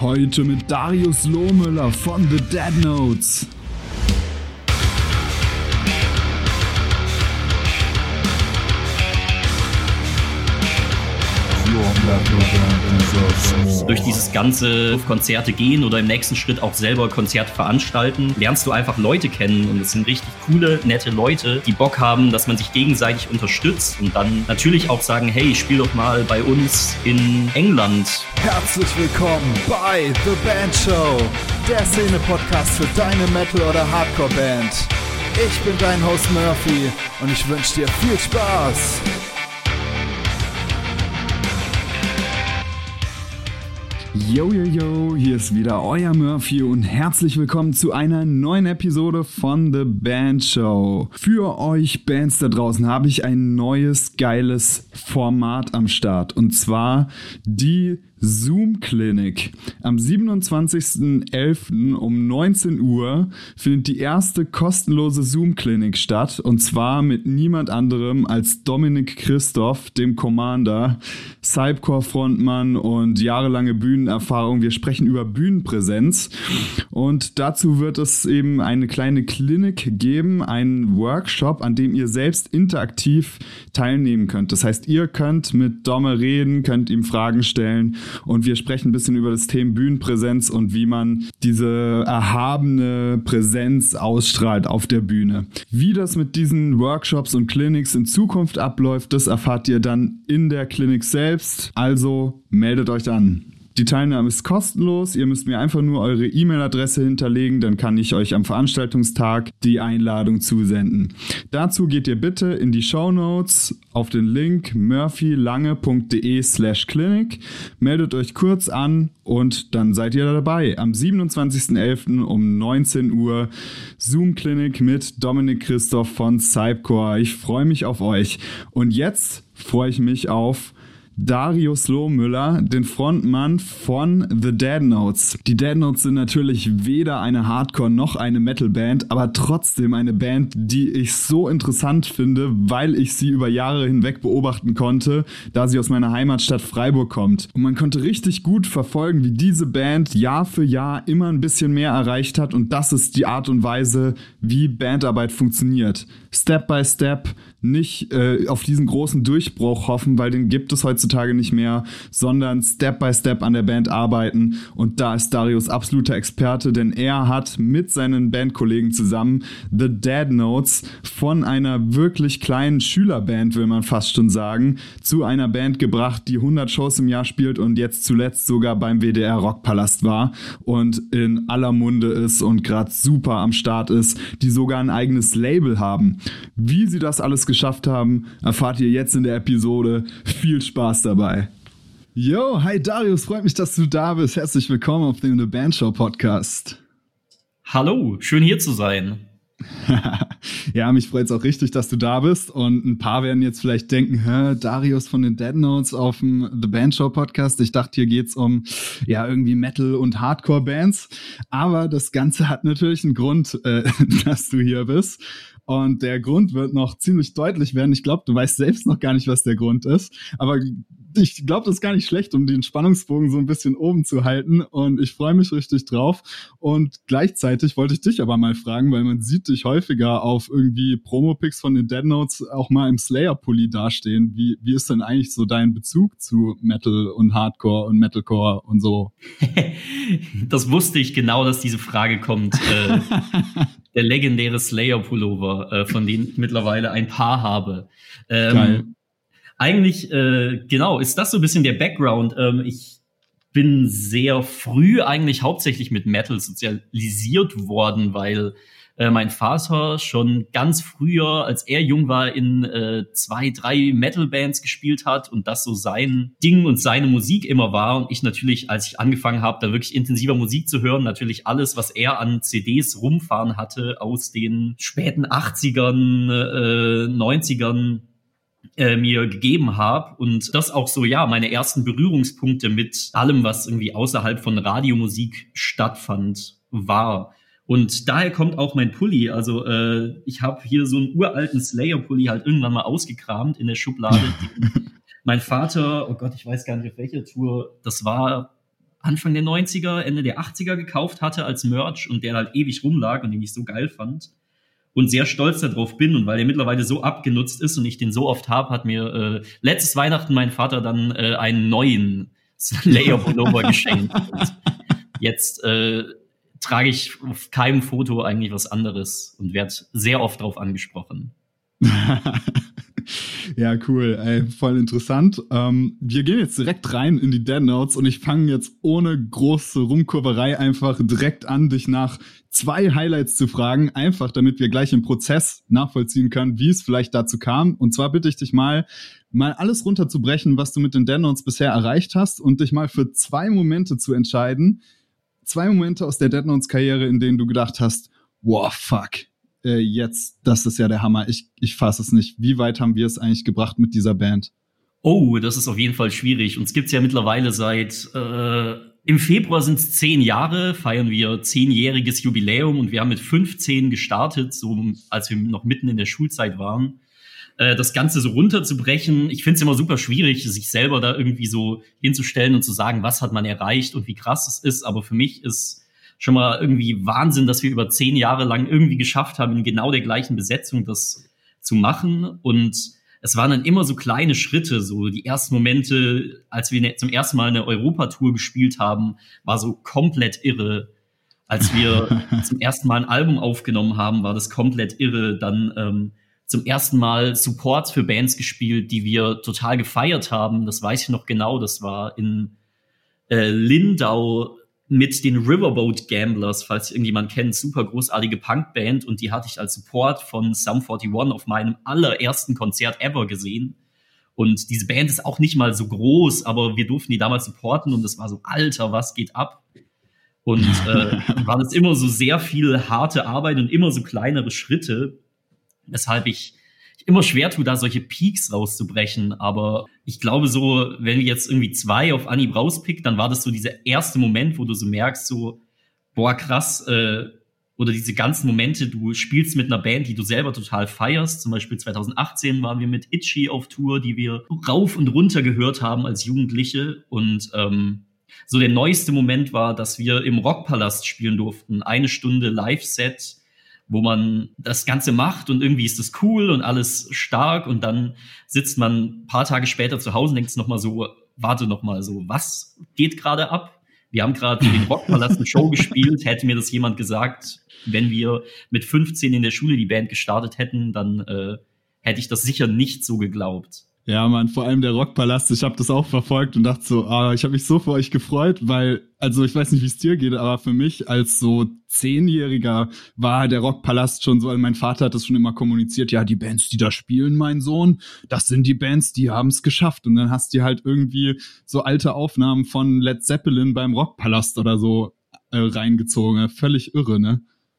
Heute mit Darius Lohmüller von The Dead Notes. Durch dieses ganze auf Konzerte gehen oder im nächsten Schritt auch selber Konzerte veranstalten, lernst du einfach Leute kennen und es sind richtig coole, nette Leute, die Bock haben, dass man sich gegenseitig unterstützt und dann natürlich auch sagen, hey, spiel doch mal bei uns in England. Herzlich willkommen bei The Band Show, der Szene-Podcast für deine Metal- oder Hardcore-Band. Ich bin dein Host Murphy und ich wünsche dir viel Spaß. Yo, hier ist wieder euer Murphy und herzlich willkommen zu einer neuen Episode von The Band Show. Für euch Bands da draußen habe ich ein neues, geiles Format am Start und zwar die Zoom-Klinik. Am 27.11. um 19 Uhr findet die erste kostenlose Zoom-Klinik statt und zwar mit niemand anderem als Dominik Christoph, dem Commander, Cypcore-Frontmann und jahrelange Bühnenerfahrung. Wir sprechen über Bühnenpräsenz und dazu wird es eben eine kleine Klinik geben, einen Workshop, an dem ihr selbst interaktiv teilnehmen könnt. Das heißt, ihr könnt mit Domme reden, könnt ihm Fragen stellen und wir sprechen ein bisschen über das Thema Bühnenpräsenz und wie man diese erhabene Präsenz ausstrahlt auf der Bühne. Wie das mit diesen Workshops und Clinics in Zukunft abläuft, das erfahrt ihr dann in der Klinik selbst. Also meldet euch an. Die Teilnahme ist kostenlos, ihr müsst mir einfach nur eure E-Mail-Adresse hinterlegen, dann kann ich euch am Veranstaltungstag die Einladung zusenden. Dazu geht ihr bitte in die Shownotes auf den Link murphylange.de/klinik, meldet euch kurz an und dann seid ihr dabei. Am 27.11. um 19 Uhr Zoom-Klinik mit Dominik Christoph von Cypcore. Ich freue mich auf euch. Und jetzt freue ich mich auf Darius Lohmüller, den Frontmann von The Dead Notes. Die Dead Notes sind natürlich weder eine Hardcore- noch eine Metal-Band, aber trotzdem eine Band, die ich so interessant finde, weil ich sie über Jahre hinweg beobachten konnte, da sie aus meiner Heimatstadt Freiburg kommt. Und man konnte richtig gut verfolgen, wie diese Band Jahr für Jahr immer ein bisschen mehr erreicht hat und das ist die Art und Weise, wie Bandarbeit funktioniert. Step by Step, nicht auf diesen großen Durchbruch hoffen, weil den gibt es heutzutage nicht mehr, sondern Step by Step an der Band arbeiten und da ist Darius absoluter Experte, denn er hat mit seinen Bandkollegen zusammen The Dead Notes von einer wirklich kleinen Schülerband, will man fast schon sagen, zu einer Band gebracht, die 100 Shows im Jahr spielt und jetzt zuletzt sogar beim WDR Rockpalast war und in aller Munde ist und gerade super am Start ist, die sogar ein eigenes Label haben. Wie sie das alles geschafft haben, erfahrt ihr jetzt in der Episode. Viel Spaß dabei. Yo, hi Darius, freut mich, dass du da bist. Herzlich willkommen auf dem The Band Show Podcast. Hallo, schön hier zu sein. Ja, mich freut es auch richtig, dass du da bist und ein paar werden jetzt vielleicht denken, Darius von den Dead Notes auf dem The Band Show Podcast. Ich dachte, hier geht's um ja irgendwie Metal- und Hardcore-Bands, aber das Ganze hat natürlich einen Grund, dass du hier bist. Und der Grund wird noch ziemlich deutlich werden. Ich glaube, du weißt selbst noch gar nicht, was der Grund ist. Aber ich glaube, das ist gar nicht schlecht, um den Spannungsbogen so ein bisschen oben zu halten. Und ich freue mich richtig drauf. Und gleichzeitig wollte ich dich aber mal fragen, weil man sieht dich häufiger auf irgendwie Promo-Pics von den Dead Notes auch mal im Slayer-Pulli dastehen. Wie ist denn eigentlich so dein Bezug zu Metal und Hardcore und Metalcore und so? Das wusste ich genau, dass diese Frage kommt. Der legendäre Slayer-Pullover, von denen ich mittlerweile ein paar habe. Eigentlich, genau, ist das so ein bisschen der Background. Ich bin sehr früh eigentlich hauptsächlich mit Metal sozialisiert worden, weil mein Vater schon ganz früher, als er jung war, in 2, 3 Metal-Bands gespielt hat und das so sein Ding und seine Musik immer war. Und ich natürlich, als ich angefangen habe, da wirklich intensiver Musik zu hören, natürlich alles, was er an CDs rumfahren hatte aus den späten 80ern, 90ern, mir gegeben habe und das auch so, ja, meine ersten Berührungspunkte mit allem, was irgendwie außerhalb von Radiomusik stattfand, war. Und daher kommt auch mein Pulli. Also ich habe hier so einen uralten Slayer-Pulli halt irgendwann mal ausgekramt in der Schublade. Mein Vater, oh Gott, ich weiß gar nicht auf welcher Tour das war, Anfang der 90er, Ende der 80er gekauft hatte als Merch und der halt ewig rumlag und den ich so geil fand und sehr stolz darauf bin. Und weil der mittlerweile so abgenutzt ist und ich den so oft habe, hat mir letztes Weihnachten mein Vater dann einen neuen Slayer Pullover geschenkt. Und jetzt trage ich auf keinem Foto eigentlich was anderes und werde sehr oft darauf angesprochen. Ja, cool, ey, voll interessant. Wir gehen jetzt direkt rein in die Dead Notes und ich fange jetzt ohne große Rumkurverei einfach direkt an, dich nach 2 Highlights zu fragen, einfach damit wir gleich im Prozess nachvollziehen können, wie es vielleicht dazu kam. Und zwar bitte ich dich mal alles runterzubrechen, was du mit den Dead Notes bisher erreicht hast und dich mal für 2 Momente zu entscheiden. 2 Momente aus der Dead Notes Karriere, in denen du gedacht hast, wow, fuck. Jetzt, das ist ja der Hammer. Ich fasse es nicht. Wie weit haben wir es eigentlich gebracht mit dieser Band? Oh, das ist auf jeden Fall schwierig. Uns gibt's ja mittlerweile im Februar sind es 10 Jahre, feiern wir 10-jähriges Jubiläum und wir haben mit 15 gestartet, so als wir noch mitten in der Schulzeit waren. Das Ganze so runterzubrechen, ich finde es immer super schwierig, sich selber da irgendwie so hinzustellen und zu sagen, was hat man erreicht und wie krass es ist. Aber für mich ist schon mal irgendwie Wahnsinn, dass wir über 10 Jahre lang irgendwie geschafft haben, in genau der gleichen Besetzung das zu machen. Und es waren dann immer so kleine Schritte, so die ersten Momente, als wir zum ersten Mal eine Europatour gespielt haben, war so komplett irre. Als wir zum ersten Mal ein Album aufgenommen haben, war das komplett irre. Dann zum ersten Mal Supports für Bands gespielt, die wir total gefeiert haben. Das weiß ich noch genau. Das war in Lindau mit den Riverboat Gamblers, falls irgendjemand kennt, super großartige Punkband, und die hatte ich als Support von Sum 41 auf meinem allerersten Konzert ever gesehen. Und diese Band ist auch nicht mal so groß, aber wir durften die damals supporten und es war so, Alter, was geht ab? Und war das immer so sehr viel harte Arbeit und immer so kleinere Schritte, weshalb ich immer schwer tue, da solche Peaks rauszubrechen. Aber ich glaube so, wenn wir jetzt irgendwie 2 auf Anhieb rauspickt, dann war das so dieser erste Moment, wo du so merkst, so, boah, krass, oder diese ganzen Momente, du spielst mit einer Band, die du selber total feierst. Zum Beispiel 2018 waren wir mit Itchy auf Tour, die wir rauf und runter gehört haben als Jugendliche. Und so der neueste Moment war, dass wir im Rockpalast spielen durften. 1 Stunde Live-Set, wo man das Ganze macht und irgendwie ist das cool und alles stark, und dann sitzt man ein paar Tage später zu Hause und denkt noch mal so, warte noch mal so, was geht gerade ab? Wir haben gerade für den Rockpalast eine Show gespielt. Hätte mir das jemand gesagt, wenn wir mit 15 in der Schule die Band gestartet hätten, dann hätte ich das sicher nicht so geglaubt. Ja, Mann, vor allem der Rockpalast, ich habe das auch verfolgt und dachte so, ich habe mich so für euch gefreut, weil, also ich weiß nicht, wie es dir geht, aber für mich als so 10-Jähriger war der Rockpalast schon so, mein Vater hat das schon immer kommuniziert, ja, die Bands, die da spielen, mein Sohn, das sind die Bands, die haben es geschafft. Und dann hast du halt irgendwie so alte Aufnahmen von Led Zeppelin beim Rockpalast oder so reingezogen. Völlig irre, ne?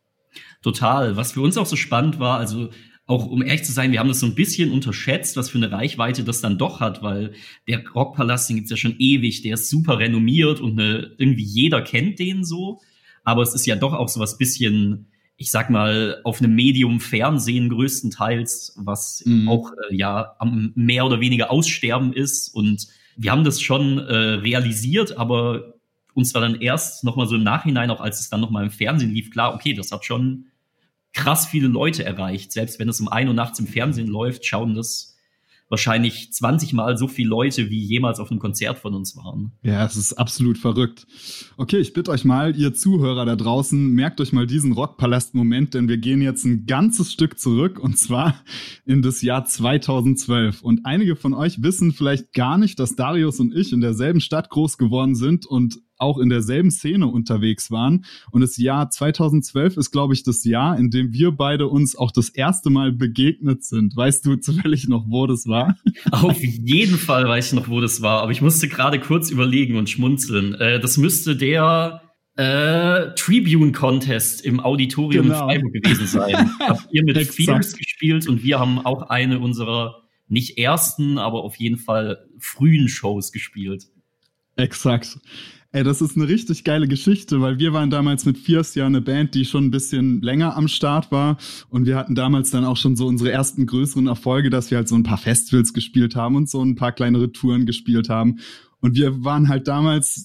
Total. Was für uns auch so spannend war, also auch um ehrlich zu sein, wir haben das so ein bisschen unterschätzt, was für eine Reichweite das dann doch hat, weil der Rockpalast, den gibt's ja schon ewig, der ist super renommiert und irgendwie jeder kennt den so. Aber es ist ja doch auch so was bisschen, ich sag mal, auf einem Medium Fernsehen größtenteils, was auch am mehr oder weniger Aussterben ist. Und wir haben das schon realisiert, aber uns war dann erst noch mal so im Nachhinein, auch als es dann noch mal im Fernsehen lief, klar, okay, das hat schon krass viele Leute erreicht. Selbst wenn es um 1 Uhr nachts im Fernsehen läuft, schauen das wahrscheinlich 20 Mal so viele Leute, wie jemals auf einem Konzert von uns waren. Ja, es ist absolut verrückt. Okay, ich bitte euch mal, ihr Zuhörer da draußen, merkt euch mal diesen Rockpalast-Moment, denn wir gehen jetzt ein ganzes Stück zurück, und zwar in das Jahr 2012. Und einige von euch wissen vielleicht gar nicht, dass Darius und ich in derselben Stadt groß geworden sind und auch in derselben Szene unterwegs waren. Und das Jahr 2012 ist, glaube ich, das Jahr, in dem wir beide uns auch das erste Mal begegnet sind. Weißt du zufällig noch, wo das war? Auf jeden Fall weiß ich noch, wo das war. Aber ich musste gerade kurz überlegen und schmunzeln. Das müsste der Tribune-Contest im Auditorium in Freiburg gewesen sein. Habt ihr mit Fears gespielt und wir haben auch eine unserer nicht ersten, aber auf jeden Fall frühen Shows gespielt. Exakt. Ey, das ist eine richtig geile Geschichte, weil wir waren damals mit Fierce ja eine Band, die schon ein bisschen länger am Start war, und wir hatten damals dann auch schon so unsere ersten größeren Erfolge, dass wir halt so ein paar Festivals gespielt haben und so ein paar kleinere Touren gespielt haben, und wir waren halt damals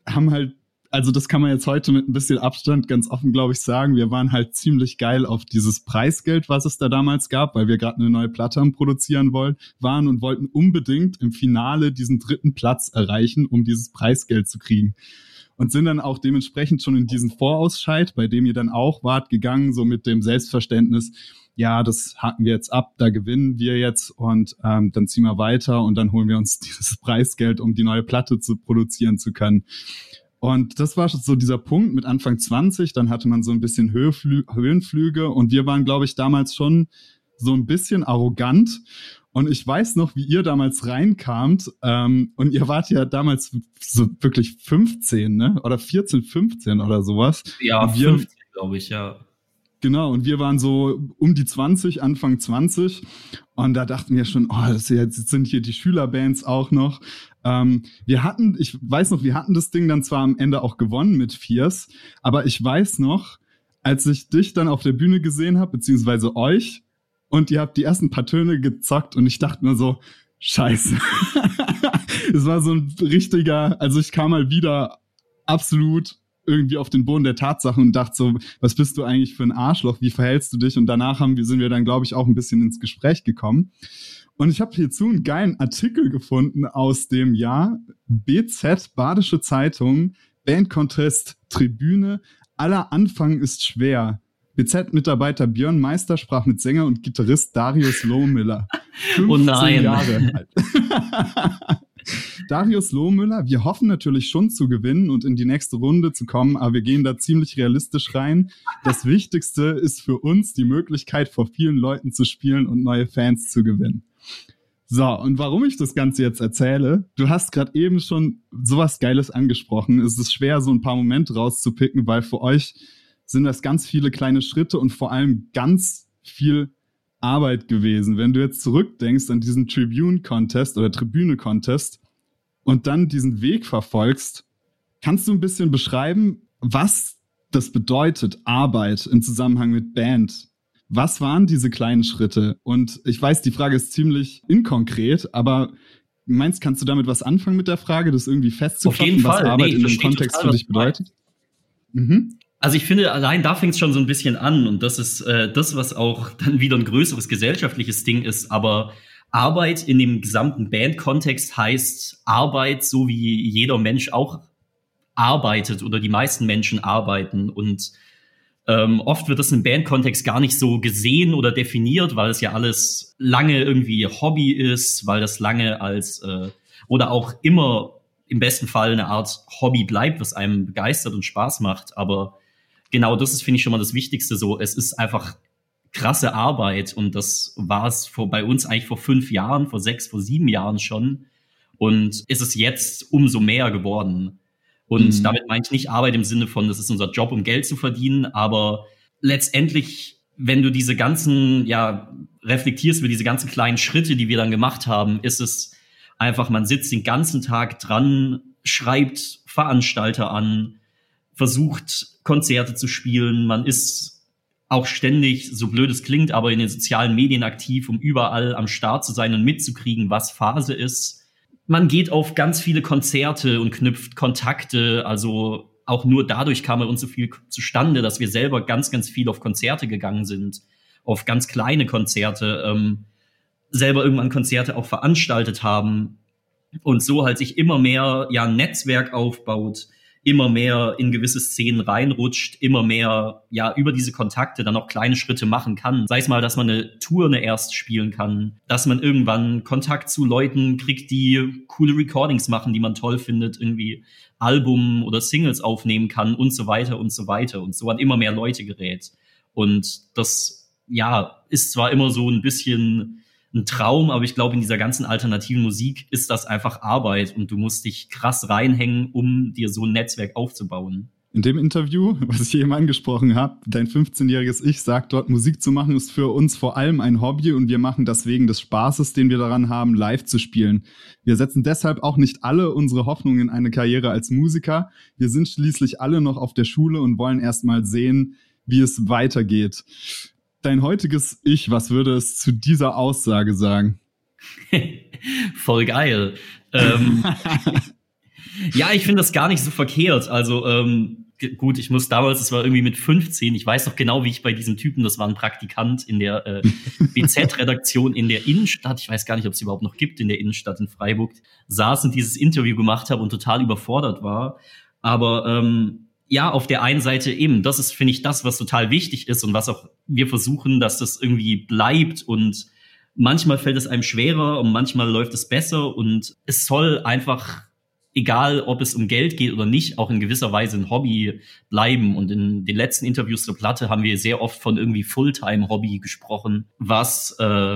haben halt, also das kann man jetzt heute mit ein bisschen Abstand ganz offen, glaube ich, sagen, wir waren halt ziemlich geil auf dieses Preisgeld, was es da damals gab, weil wir gerade eine neue Platte am Produzieren waren und wollten unbedingt im Finale diesen 3. Platz erreichen, um dieses Preisgeld zu kriegen. Und sind dann auch dementsprechend schon in diesen Vorausscheid, bei dem ihr dann auch wart, gegangen, so mit dem Selbstverständnis, ja, das haken wir jetzt ab, da gewinnen wir jetzt und dann ziehen wir weiter und dann holen wir uns dieses Preisgeld, um die neue Platte zu produzieren zu können. Und das war so dieser Punkt mit Anfang 20, dann hatte man so ein bisschen Höhenflüge und wir waren, glaube ich, damals schon so ein bisschen arrogant. Und ich weiß noch, wie ihr damals reinkamt und ihr wart ja damals so wirklich 15, ne? Oder 14, 15 oder sowas. Ja, 15, glaube ich, ja. Genau, und wir waren so um die 20, Anfang 20 und da dachten wir schon, jetzt sind hier die Schülerbands auch noch. Wir hatten das Ding dann zwar am Ende auch gewonnen mit Fierce, aber ich weiß noch, als ich dich dann auf der Bühne gesehen habe, beziehungsweise euch, und ihr habt die ersten paar Töne gezockt und ich dachte mir so, scheiße. Es war so ein richtiger, also ich kam mal wieder absolut irgendwie auf den Boden der Tatsachen und dachte so, was bist du eigentlich für ein Arschloch, wie verhältst du dich? Und danach sind wir dann, glaube ich, auch ein bisschen ins Gespräch gekommen. Und ich habe hierzu einen geilen Artikel gefunden aus dem Jahr BZ, Badische Zeitung, Bandcontest Tribüne, aller Anfang ist schwer. BZ-Mitarbeiter Björn Meister sprach mit Sänger und Gitarrist Darius Lohmüller. 15 Jahre alt. Darius Lohmüller, wir hoffen natürlich schon zu gewinnen und in die nächste Runde zu kommen, aber wir gehen da ziemlich realistisch rein. Das Wichtigste ist für uns die Möglichkeit, vor vielen Leuten zu spielen und neue Fans zu gewinnen. So, und warum ich das Ganze jetzt erzähle, du hast gerade eben schon sowas Geiles angesprochen. Es ist schwer, so ein paar Momente rauszupicken, weil für euch sind das ganz viele kleine Schritte und vor allem ganz viel Arbeit gewesen. Wenn du jetzt zurückdenkst an diesen Tribune-Contest oder Tribüne-Contest und dann diesen Weg verfolgst, kannst du ein bisschen beschreiben, was das bedeutet, Arbeit im Zusammenhang mit Band? Was waren diese kleinen Schritte? Und ich weiß, die Frage ist ziemlich inkonkret, aber kannst du damit was anfangen mit der Frage, das irgendwie festzufassen, was Arbeit in dem Kontext für dich bedeutet? Also ich finde, allein da fängt es schon so ein bisschen an und das ist das, was auch dann wieder ein größeres gesellschaftliches Ding ist, aber Arbeit in dem gesamten Band-Kontext heißt Arbeit, so wie jeder Mensch auch arbeitet oder die meisten Menschen arbeiten und oft wird das im Band-Kontext gar nicht so gesehen oder definiert, weil es ja alles lange irgendwie Hobby ist, weil das lange als oder auch immer im besten Fall eine Art Hobby bleibt, was einem begeistert und Spaß macht. Aber genau das ist, finde ich, schon mal das Wichtigste so. Es ist einfach krasse Arbeit und das war es bei uns eigentlich vor 5 Jahren, vor 6, vor 7 Jahren schon und ist es jetzt umso mehr geworden. Und damit meine ich nicht Arbeit im Sinne von, das ist unser Job, um Geld zu verdienen, aber letztendlich, wenn du diese ganzen, reflektierst über diese ganzen kleinen Schritte, die wir dann gemacht haben, ist es einfach, man sitzt den ganzen Tag dran, schreibt Veranstalter an, versucht Konzerte zu spielen, man ist auch ständig, so blöd es klingt, aber in den sozialen Medien aktiv, um überall am Start zu sein und mitzukriegen, was Phase ist. Man geht auf ganz viele Konzerte und knüpft Kontakte, also auch nur dadurch kam bei uns so viel zustande, dass wir selber ganz, ganz viel auf Konzerte gegangen sind, auf ganz kleine Konzerte, selber irgendwann Konzerte auch veranstaltet haben und so halt sich immer mehr ein Netzwerk aufbaut, immer mehr in gewisse Szenen reinrutscht, immer mehr über diese Kontakte dann auch kleine Schritte machen kann. Sei es mal, dass man eine Tour erst spielen kann, dass man irgendwann Kontakt zu Leuten kriegt, die coole Recordings machen, die man toll findet, irgendwie Album oder Singles aufnehmen kann und so weiter und so weiter und so an immer mehr Leute gerät. Und das ist zwar immer so ein bisschen ein Traum, aber ich glaube, in dieser ganzen alternativen Musik ist das einfach Arbeit und du musst dich krass reinhängen, um dir so ein Netzwerk aufzubauen. In dem Interview, was ich eben angesprochen habe, dein 15-jähriges Ich sagt dort, Musik zu machen ist für uns vor allem ein Hobby und wir machen das wegen des Spaßes, den wir daran haben, live zu spielen. Wir setzen deshalb auch nicht alle unsere Hoffnungen in eine Karriere als Musiker. Wir sind schließlich alle noch auf der Schule und wollen erst mal sehen, wie es weitergeht. Dein heutiges Ich, was würde es zu dieser Aussage sagen? Voll geil. Ja, ich finde das gar nicht so verkehrt. Also gut, ich muss damals, es war irgendwie mit 15, ich weiß noch genau, wie ich bei diesem Typen, das war ein Praktikant in der BZ-Redaktion in der Innenstadt, ich weiß gar nicht, ob es überhaupt noch gibt in der Innenstadt in Freiburg, saß und dieses Interview gemacht habe und total überfordert war. Aber ja, auf der einen Seite eben, das ist, finde ich, das, was total wichtig ist und was auch wir versuchen, dass das irgendwie bleibt, und manchmal fällt es einem schwerer und manchmal läuft es besser, und es soll einfach, egal ob es um Geld geht oder nicht, auch in gewisser Weise ein Hobby bleiben. Und in den letzten Interviews zur Platte haben wir sehr oft von irgendwie Fulltime-Hobby gesprochen, was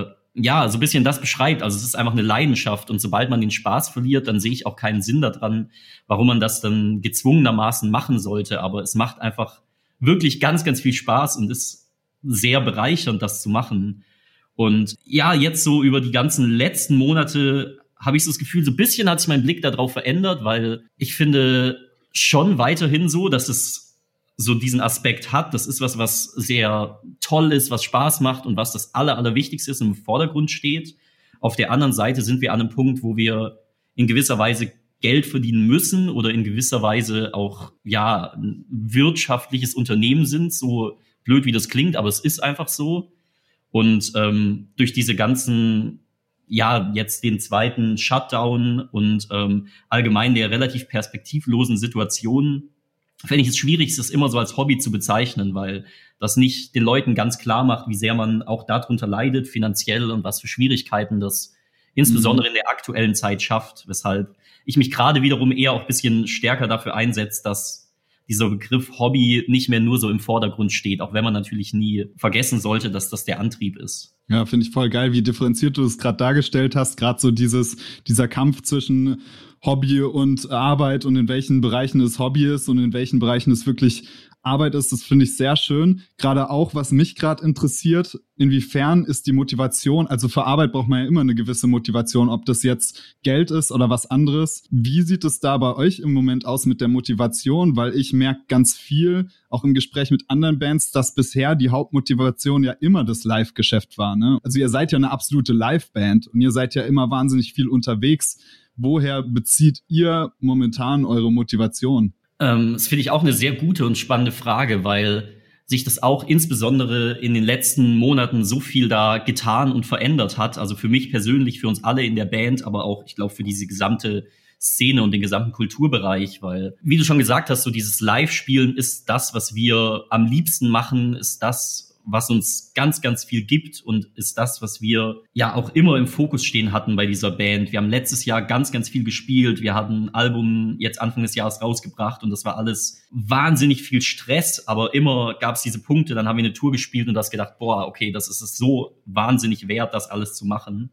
ja so ein bisschen das beschreibt. Also es ist einfach eine Leidenschaft, und sobald man den Spaß verliert, dann sehe ich auch keinen Sinn daran, warum man das dann gezwungenermaßen machen sollte. Aber es macht einfach wirklich ganz, ganz viel Spaß und ist sehr bereichernd, das zu machen. Und ja, jetzt so über die ganzen letzten Monate habe ich so das Gefühl, so ein bisschen hat sich mein Blick darauf verändert, weil ich finde schon weiterhin so, dass es so diesen Aspekt hat. Das ist was sehr toll ist, was Spaß macht und was das Allerwichtigste ist und im Vordergrund steht. Auf der anderen Seite sind wir an einem Punkt, wo wir in gewisser Weise Geld verdienen müssen oder in gewisser Weise auch, ja, ein wirtschaftliches Unternehmen sind, so blöd wie das klingt, aber es ist einfach so. Und durch diese ganzen, ja, jetzt den zweiten Shutdown und allgemein der relativ perspektivlosen Situation, fände ich es schwierig, das immer so als Hobby zu bezeichnen, weil das nicht den Leuten ganz klar macht, wie sehr man auch darunter leidet, finanziell, und was für Schwierigkeiten das insbesondere in der aktuellen Zeit schafft, weshalb ich mich gerade wiederum eher auch ein bisschen stärker dafür einsetze, dass dieser Begriff Hobby nicht mehr nur so im Vordergrund steht, auch wenn man natürlich nie vergessen sollte, dass das der Antrieb ist. Ja, finde ich voll geil, wie differenziert du es gerade dargestellt hast, gerade so dieser Kampf zwischen Hobby und Arbeit und in welchen Bereichen es Hobby ist und in welchen Bereichen es wirklich Arbeit ist. Das finde ich sehr schön. Gerade auch, was mich gerade interessiert, inwiefern ist die Motivation, also für Arbeit braucht man ja immer eine gewisse Motivation, ob das jetzt Geld ist oder was anderes. Wie sieht es da bei euch im Moment aus mit der Motivation? Weil ich merke ganz viel, auch im Gespräch mit anderen Bands, dass bisher die Hauptmotivation ja immer das Live-Geschäft war, ne? Also ihr seid ja eine absolute Live-Band und ihr seid ja immer wahnsinnig viel unterwegs. Woher bezieht ihr momentan eure Motivation? Das finde ich auch eine sehr gute und spannende Frage, weil sich das auch insbesondere in den letzten Monaten so viel da getan und verändert hat. Also für mich persönlich, für uns alle in der Band, aber auch, ich glaube, für diese gesamte Szene und den gesamten Kulturbereich, weil, wie du schon gesagt hast, so dieses Live-Spielen ist das, was wir am liebsten machen, ist das, was uns ganz, ganz viel gibt und ist das, was wir ja auch immer im Fokus stehen hatten bei dieser Band. Wir haben letztes Jahr ganz, ganz viel gespielt. Wir hatten ein Album jetzt Anfang des Jahres rausgebracht und das war alles wahnsinnig viel Stress, aber immer gab es diese Punkte. Dann haben wir eine Tour gespielt und du hast gedacht, boah, okay, das ist es so wahnsinnig wert, das alles zu machen.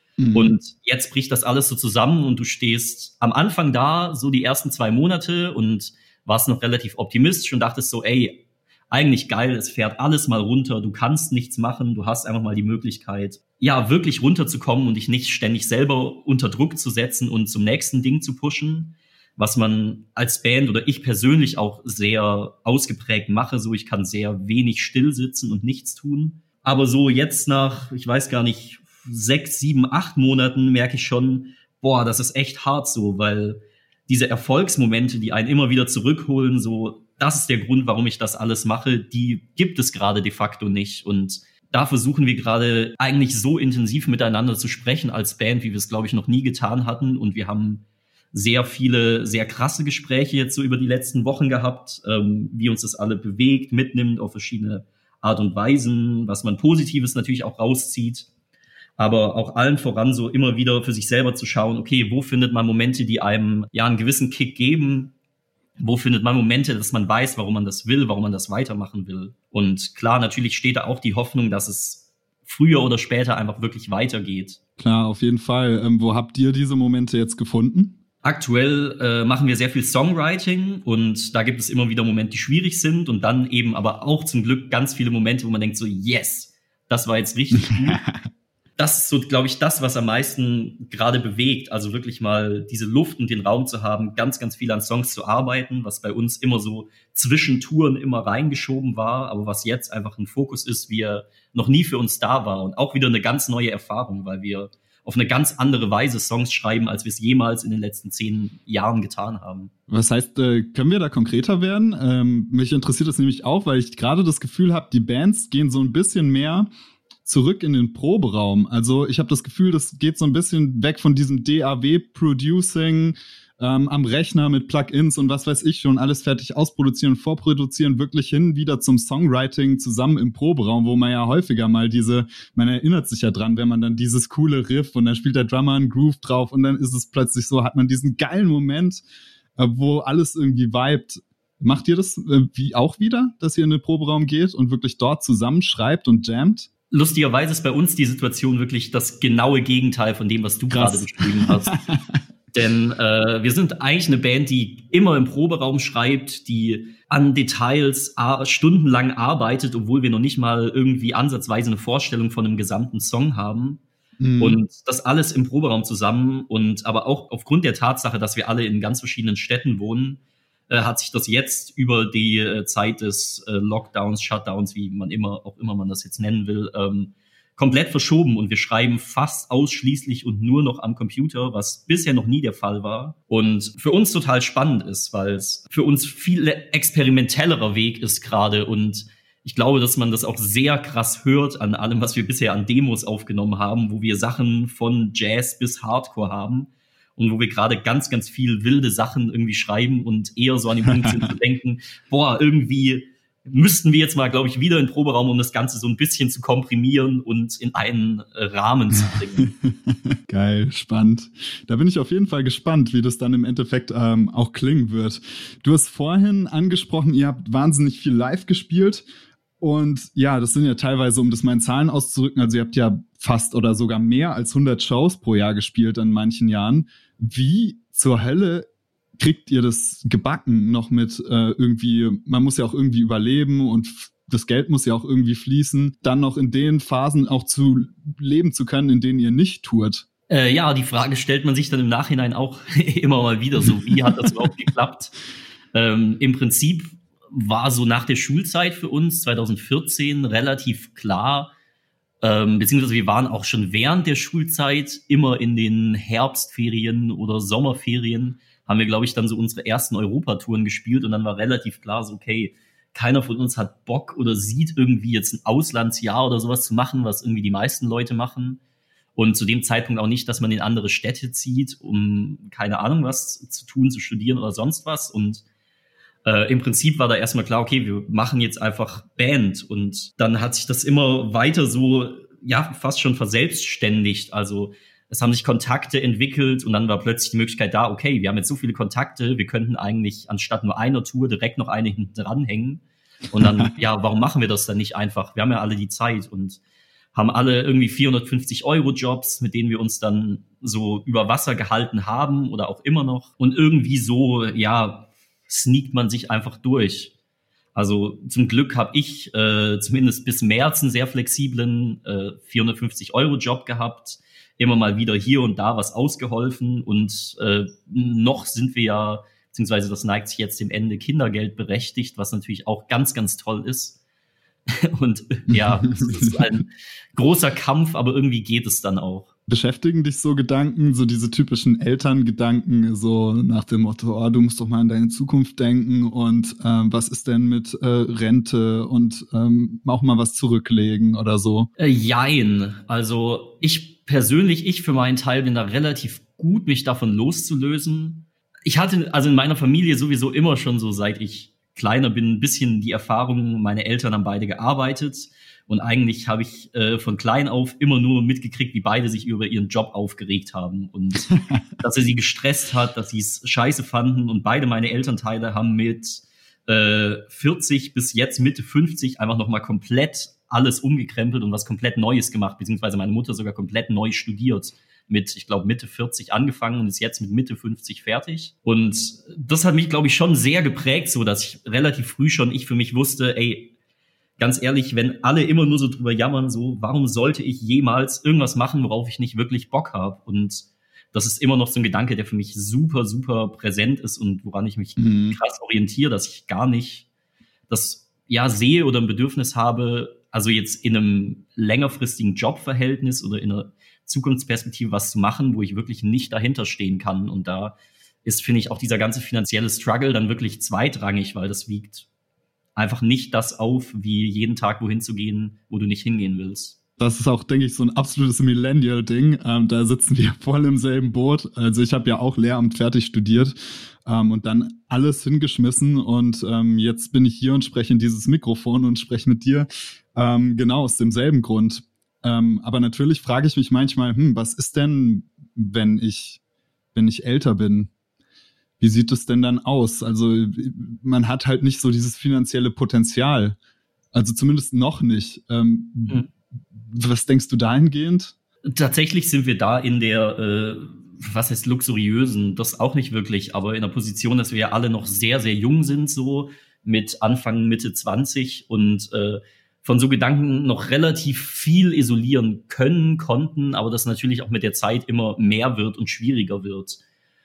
Und jetzt bricht das alles so zusammen und du stehst am Anfang da, so die ersten 2 Monate, und warst noch relativ optimistisch und dachtest so, ey, eigentlich geil, es fährt alles mal runter, du kannst nichts machen, du hast einfach mal die Möglichkeit, ja, wirklich runterzukommen und dich nicht ständig selber unter Druck zu setzen und zum nächsten Ding zu pushen, was man als Band oder ich persönlich auch sehr ausgeprägt mache, so ich kann sehr wenig still sitzen und nichts tun. Aber so jetzt nach, ich weiß gar nicht, 6, 7, 8 Monaten merke ich schon, boah, das ist echt hart so, weil diese Erfolgsmomente, die einen immer wieder zurückholen, so, das ist der Grund, warum ich das alles mache, die gibt es gerade de facto nicht. Und da versuchen wir gerade eigentlich so intensiv miteinander zu sprechen als Band, wie wir es, glaube ich, noch nie getan hatten. Und wir haben sehr viele, sehr krasse Gespräche jetzt so über die letzten Wochen gehabt, wie uns das alle bewegt, mitnimmt auf verschiedene Art und Weisen, was man Positives natürlich auch rauszieht. Aber auch allen voran so immer wieder für sich selber zu schauen, okay, wo findet man Momente, die einem ja einen gewissen Kick geben? Wo findet man Momente, dass man weiß, warum man das will, warum man das weitermachen will? Und klar, natürlich steht da auch die Hoffnung, dass es früher oder später einfach wirklich weitergeht. Klar, auf jeden Fall. Wo habt ihr diese Momente jetzt gefunden? Aktuell machen wir sehr viel Songwriting und da gibt es immer wieder Momente, die schwierig sind und dann eben aber auch zum Glück ganz viele Momente, wo man denkt so, yes, das war jetzt richtig gut. Das ist so, glaube ich, das, was am meisten gerade bewegt. Also wirklich mal diese Luft und den Raum zu haben, ganz, ganz viel an Songs zu arbeiten, was bei uns immer so zwischen Touren immer reingeschoben war, aber was jetzt einfach ein Fokus ist, wie er noch nie für uns da war und auch wieder eine ganz neue Erfahrung, weil wir auf eine ganz andere Weise Songs schreiben, als wir es jemals in den letzten 10 Jahren getan haben. Was heißt, können wir da konkreter werden? Mich interessiert das nämlich auch, weil ich gerade das Gefühl habe, die Bands gehen so ein bisschen mehr zurück in den Proberaum. Also ich habe das Gefühl, das geht so ein bisschen weg von diesem DAW-Producing, am Rechner mit Plugins und was weiß ich schon, alles fertig ausproduzieren, vorproduzieren, wirklich hin wieder zum Songwriting zusammen im Proberaum, wo man ja häufiger mal man erinnert sich ja dran, wenn man dann dieses coole Riff und dann spielt der Drummer einen Groove drauf und dann ist es plötzlich so, hat man diesen geilen Moment, wo alles irgendwie vibet. Macht ihr das auch wieder, dass ihr in den Proberaum geht und wirklich dort zusammenschreibt und jammt? Lustigerweise ist bei uns die Situation wirklich das genaue Gegenteil von dem, was du gerade beschrieben hast. Denn wir sind eigentlich eine Band, die immer im Proberaum schreibt, die an Details stundenlang arbeitet, obwohl wir noch nicht mal irgendwie ansatzweise eine Vorstellung von einem gesamten Song haben. Mhm. Und das alles im Proberaum zusammen. Und aber auch aufgrund der Tatsache, dass wir alle in ganz verschiedenen Städten wohnen, hat sich das jetzt über die Zeit des Lockdowns, Shutdowns, wie man immer man das jetzt nennen will, komplett verschoben und wir schreiben fast ausschließlich und nur noch am Computer, was bisher noch nie der Fall war und für uns total spannend ist, weil es für uns viel experimentellerer Weg ist gerade und ich glaube, dass man das auch sehr krass hört an allem, was wir bisher an Demos aufgenommen haben, wo wir Sachen von Jazz bis Hardcore haben und wo wir gerade ganz, ganz viel wilde Sachen irgendwie schreiben und eher so an den Punkt sind zu denken, irgendwie müssten wir jetzt mal, glaube ich, wieder in den Proberaum, um das Ganze so ein bisschen zu komprimieren und in einen Rahmen zu bringen. Geil, spannend. Da bin ich auf jeden Fall gespannt, wie das dann im Endeffekt auch klingen wird. Du hast vorhin angesprochen, ihr habt wahnsinnig viel live gespielt. Und ja, das sind ja teilweise, um das mal in Zahlen auszudrücken, also ihr habt ja fast oder sogar mehr als 100 Shows pro Jahr gespielt in manchen Jahren. Wie zur Hölle kriegt ihr das gebacken noch mit irgendwie, man muss ja auch irgendwie überleben und das Geld muss ja auch irgendwie fließen, dann noch in den Phasen auch zu leben zu können, in denen ihr nicht tourt? Ja, die Frage stellt man sich dann im Nachhinein auch immer mal wieder so, wie hat das überhaupt geklappt? Im Prinzip war so nach der Schulzeit für uns 2014 relativ klar, beziehungsweise wir waren auch schon während der Schulzeit immer in den Herbstferien oder Sommerferien haben wir, glaube ich, dann so unsere ersten Europatouren gespielt und dann war relativ klar so, okay, keiner von uns hat Bock oder sieht irgendwie jetzt ein Auslandsjahr oder sowas zu machen, was irgendwie die meisten Leute machen. Und zu dem Zeitpunkt auch nicht, dass man in andere Städte zieht, um keine Ahnung was zu tun, zu studieren oder sonst was. Und im Prinzip war da erstmal klar, okay, wir machen jetzt einfach Band. Und dann hat sich das immer weiter so, ja, fast schon verselbstständigt. Also es haben sich Kontakte entwickelt und dann war plötzlich die Möglichkeit da, okay, wir haben jetzt so viele Kontakte, wir könnten eigentlich anstatt nur einer Tour direkt noch eine hinten dranhängen. Und dann, ja, warum machen wir das dann nicht einfach? Wir haben ja alle die Zeit und haben alle irgendwie 450-Euro-Jobs, mit denen wir uns dann so über Wasser gehalten haben oder auch immer noch. Und irgendwie so, ja, sneakt man sich einfach durch. Also zum Glück habe ich zumindest bis März einen sehr flexiblen 450-Euro-Job gehabt, immer mal wieder hier und da was ausgeholfen und noch sind wir ja, beziehungsweise das neigt sich jetzt dem Ende, Kindergeld berechtigt, was natürlich auch ganz, ganz toll ist. Und ja, es ist ein großer Kampf, aber irgendwie geht es dann auch. Beschäftigen dich so Gedanken, so diese typischen Elterngedanken, so nach dem Motto, oh, du musst doch mal an deine Zukunft denken und was ist denn mit Rente und auch mal was zurücklegen oder so? Jein. Also ich für meinen Teil bin da relativ gut, mich davon loszulösen. Ich hatte also in meiner Familie sowieso immer schon so, seit ich kleiner bin, ein bisschen die Erfahrung, meine Eltern haben beide gearbeitet und eigentlich habe ich von klein auf immer nur mitgekriegt, wie beide sich über ihren Job aufgeregt haben und dass er sie gestresst hat, dass sie es scheiße fanden und beide meine Elternteile haben mit 40 bis jetzt Mitte 50 einfach nochmal komplett alles umgekrempelt und was komplett Neues gemacht, beziehungsweise meine Mutter sogar komplett neu studiert. Mit, ich glaube, Mitte 40 angefangen und ist jetzt mit Mitte 50 fertig. Und das hat mich, glaube ich, schon sehr geprägt, so dass ich relativ früh schon für mich wusste, ey, ganz ehrlich, wenn alle immer nur so drüber jammern, so, warum sollte ich jemals irgendwas machen, worauf ich nicht wirklich Bock habe? Und das ist immer noch so ein Gedanke, der für mich super, super präsent ist und woran ich mich krass orientiere, dass ich gar nicht das sehe oder ein Bedürfnis habe, also jetzt in einem längerfristigen Jobverhältnis oder in einer Zukunftsperspektive was zu machen, wo ich wirklich nicht dahinter stehen kann. Und da ist, finde ich, auch dieser ganze finanzielle Struggle dann wirklich zweitrangig, weil das wiegt einfach nicht das auf, wie jeden Tag wohin zu gehen, wo du nicht hingehen willst. Das ist auch, denke ich, so ein absolutes Millennial-Ding. Da sitzen wir voll im selben Boot. Also ich habe ja auch Lehramt fertig studiert und dann alles hingeschmissen. Und jetzt bin ich hier und spreche in dieses Mikrofon und spreche mit dir. Genau aus demselben Grund. Aber natürlich frage ich mich manchmal, was ist denn, wenn ich älter bin? Wie sieht es denn dann aus? Also man hat halt nicht so dieses finanzielle Potenzial. Also zumindest noch nicht. Was denkst du dahingehend? Tatsächlich sind wir da in der, was heißt luxuriösen, das auch nicht wirklich, aber in der Position, dass wir ja alle noch sehr, sehr jung sind, so mit Anfang, Mitte 20 und von so Gedanken noch relativ viel isolieren konnten, aber das natürlich auch mit der Zeit immer mehr wird und schwieriger wird.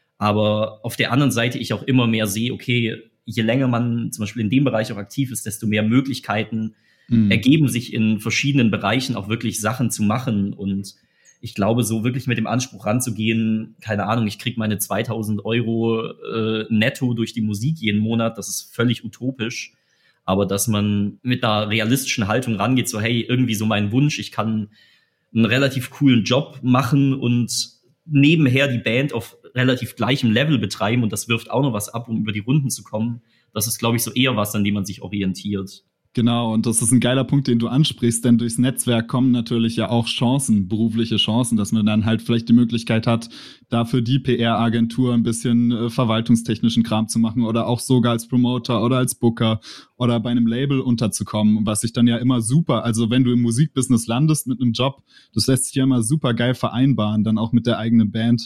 Aber auf der anderen Seite ich auch immer mehr sehe, okay, je länger man zum Beispiel in dem Bereich auch aktiv ist, desto mehr Möglichkeiten ergeben sich in verschiedenen Bereichen auch wirklich Sachen zu machen. Und ich glaube, so wirklich mit dem Anspruch ranzugehen, keine Ahnung, ich kriege meine 2.000 Euro netto durch die Musik jeden Monat, das ist völlig utopisch. Aber dass man mit einer realistischen Haltung rangeht, so hey, irgendwie so mein Wunsch, ich kann einen relativ coolen Job machen und nebenher die Band auf relativ gleichem Level betreiben und das wirft auch noch was ab, um über die Runden zu kommen. Das ist, glaube ich, so eher was, an dem man sich orientiert. Genau, und das ist ein geiler Punkt, den du ansprichst, denn durchs Netzwerk kommen natürlich ja auch Chancen, berufliche Chancen, dass man dann halt vielleicht die Möglichkeit hat, dafür die PR-Agentur ein bisschen verwaltungstechnischen Kram zu machen oder auch sogar als Promoter oder als Booker oder bei einem Label unterzukommen, was sich dann ja immer super, also wenn du im Musikbusiness landest mit einem Job, das lässt sich ja immer super geil vereinbaren, dann auch mit der eigenen Band.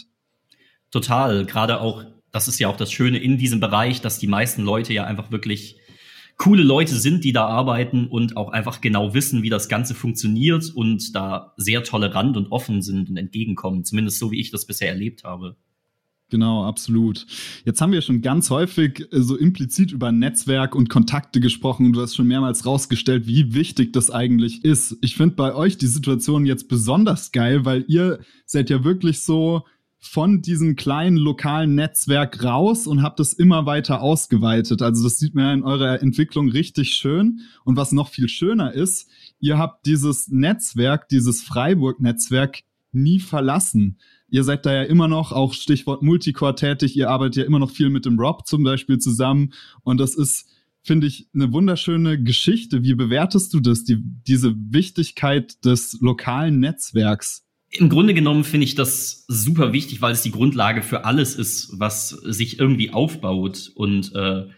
Total, gerade auch, das ist ja auch das Schöne in diesem Bereich, dass die meisten Leute ja einfach wirklich coole Leute sind, die da arbeiten und auch einfach genau wissen, wie das Ganze funktioniert und da sehr tolerant und offen sind und entgegenkommen, zumindest so, wie ich das bisher erlebt habe. Genau, absolut. Jetzt haben wir schon ganz häufig so implizit über Netzwerk und Kontakte gesprochen und du hast schon mehrmals rausgestellt, wie wichtig das eigentlich ist. Ich finde bei euch die Situation jetzt besonders geil, weil ihr seid ja wirklich so von diesem kleinen lokalen Netzwerk raus und habt es immer weiter ausgeweitet. Also das sieht man ja in eurer Entwicklung richtig schön. Und was noch viel schöner ist, ihr habt dieses Netzwerk, dieses Freiburg-Netzwerk nie verlassen. Ihr seid da ja immer noch, auch Stichwort Multicore tätig, ihr arbeitet ja immer noch viel mit dem Rob zum Beispiel zusammen. Und das ist, finde ich, eine wunderschöne Geschichte. Wie bewertest du das, diese Wichtigkeit des lokalen Netzwerks? Im Grunde genommen finde ich das super wichtig, weil es die Grundlage für alles ist, was sich irgendwie aufbaut. Und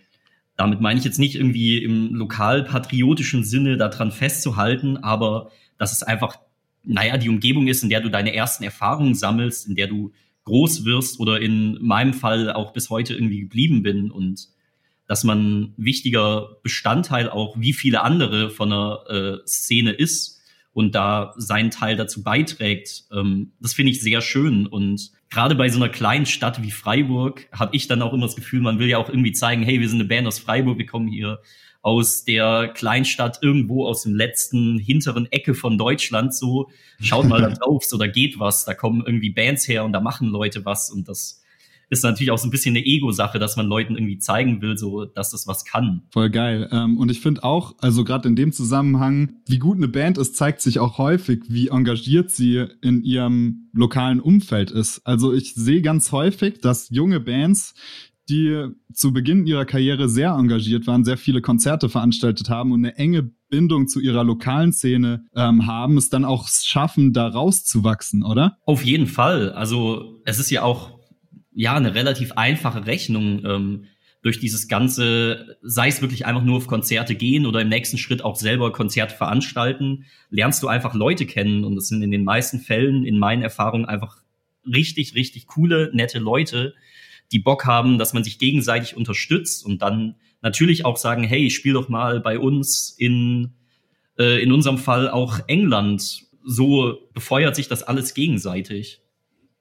damit meine ich jetzt nicht irgendwie im lokal-patriotischen Sinne daran festzuhalten, aber dass es einfach, die Umgebung ist, in der du deine ersten Erfahrungen sammelst, in der du groß wirst oder in meinem Fall auch bis heute irgendwie geblieben bin. Und dass man ein wichtiger Bestandteil auch wie viele andere von einer Szene ist und da seinen Teil dazu beiträgt, das finde ich sehr schön. Und gerade bei so einer kleinen Stadt wie Freiburg habe ich dann auch immer das Gefühl, man will ja auch irgendwie zeigen, hey, wir sind eine Band aus Freiburg, wir kommen hier aus der Kleinstadt irgendwo aus dem letzten hinteren Ecke von Deutschland, so schaut mal da drauf, so da geht was, da kommen irgendwie Bands her und da machen Leute was und das ist natürlich auch so ein bisschen eine Ego-Sache, dass man Leuten irgendwie zeigen will, so dass das was kann. Voll geil. Und ich finde auch, also gerade in dem Zusammenhang, wie gut eine Band ist, zeigt sich auch häufig, wie engagiert sie in ihrem lokalen Umfeld ist. Also ich sehe ganz häufig, dass junge Bands, die zu Beginn ihrer Karriere sehr engagiert waren, sehr viele Konzerte veranstaltet haben und eine enge Bindung zu ihrer lokalen Szene haben, es dann auch schaffen, da rauszuwachsen, oder? Auf jeden Fall. Also es ist ja auch eine relativ einfache Rechnung durch dieses Ganze, sei es wirklich einfach nur auf Konzerte gehen oder im nächsten Schritt auch selber Konzerte veranstalten, lernst du einfach Leute kennen und das sind in den meisten Fällen in meinen Erfahrungen einfach richtig, richtig coole, nette Leute, die Bock haben, dass man sich gegenseitig unterstützt und dann natürlich auch sagen, hey, spiel doch mal bei uns in unserem Fall auch England. So befeuert sich das alles gegenseitig.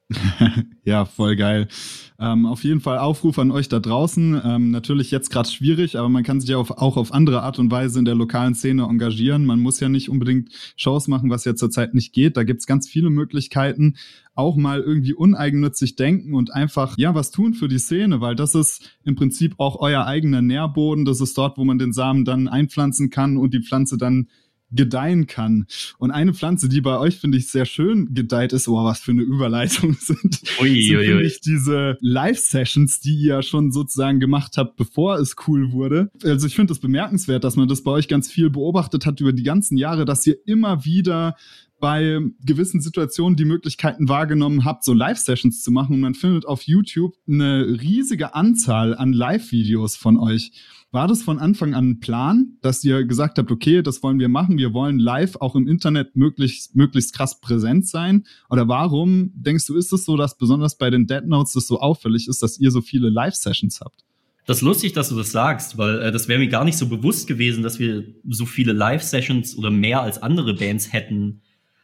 Ja, voll geil. Auf jeden Fall Aufruf an euch da draußen. Natürlich jetzt gerade schwierig, aber man kann sich ja auch auf andere Art und Weise in der lokalen Szene engagieren. Man muss ja nicht unbedingt Shows machen, was ja zurzeit nicht geht. Da gibt's ganz viele Möglichkeiten. Auch mal irgendwie uneigennützig denken und einfach, ja, was tun für die Szene, weil das ist im Prinzip auch euer eigener Nährboden. Das ist dort, wo man den Samen dann einpflanzen kann und die Pflanze dann gedeihen kann. Und eine Pflanze, die bei euch, finde ich, sehr schön gedeiht ist, oh, was für eine Überleitung sind finde ich, diese Live-Sessions, die ihr schon sozusagen gemacht habt, bevor es cool wurde. Also ich finde es bemerkenswert, dass man das bei euch ganz viel beobachtet hat über die ganzen Jahre, dass ihr immer wieder bei gewissen Situationen die Möglichkeiten wahrgenommen habt, so Live-Sessions zu machen. Und man findet auf YouTube eine riesige Anzahl an Live-Videos von euch. War das von Anfang an ein Plan, dass ihr gesagt habt, okay, das wollen wir machen, wir wollen live auch im Internet möglichst krass präsent sein? Oder warum, denkst du, ist es so, dass besonders bei den Dead Notes das so auffällig ist, dass ihr so viele Live-Sessions habt? Das ist lustig, dass du das sagst, weil das wäre mir gar nicht so bewusst gewesen, dass wir so viele Live-Sessions oder mehr als andere Bands hätten.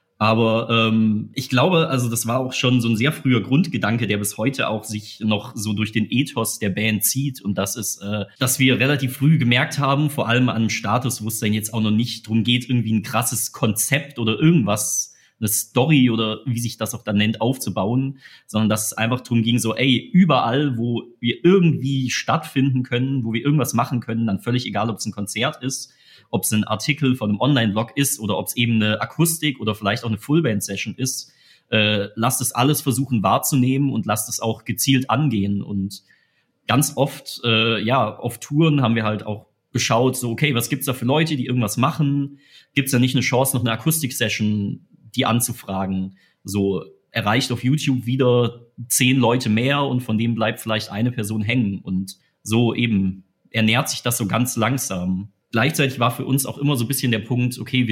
Aber ich glaube, also das war auch schon so ein sehr früher Grundgedanke, der bis heute auch sich noch so durch den Ethos der Band zieht. Und das ist, dass wir relativ früh gemerkt haben, vor allem an Status, wo es dann jetzt auch noch nicht drum geht, irgendwie ein krasses Konzept oder irgendwas, eine Story oder wie sich das auch dann nennt, aufzubauen, sondern dass es einfach drum ging, so, ey, überall, wo wir irgendwie stattfinden können, wo wir irgendwas machen können, dann völlig egal, ob es ein Konzert ist, ob es ein Artikel von einem Online-Blog ist oder ob es eben eine Akustik oder vielleicht auch eine Fullband-Session ist, lasst es alles versuchen wahrzunehmen und lasst es auch gezielt angehen. Und ganz oft, auf Touren haben wir halt auch geschaut, so, okay, was gibt's da für Leute, die irgendwas machen? Gibt's da nicht eine Chance, noch eine Akustik-Session, die anzufragen? So, erreicht auf YouTube wieder 10 Leute mehr und von dem bleibt vielleicht eine Person hängen. Und so eben ernährt sich das so ganz langsam. Gleichzeitig war für uns auch immer so ein bisschen der Punkt, okay,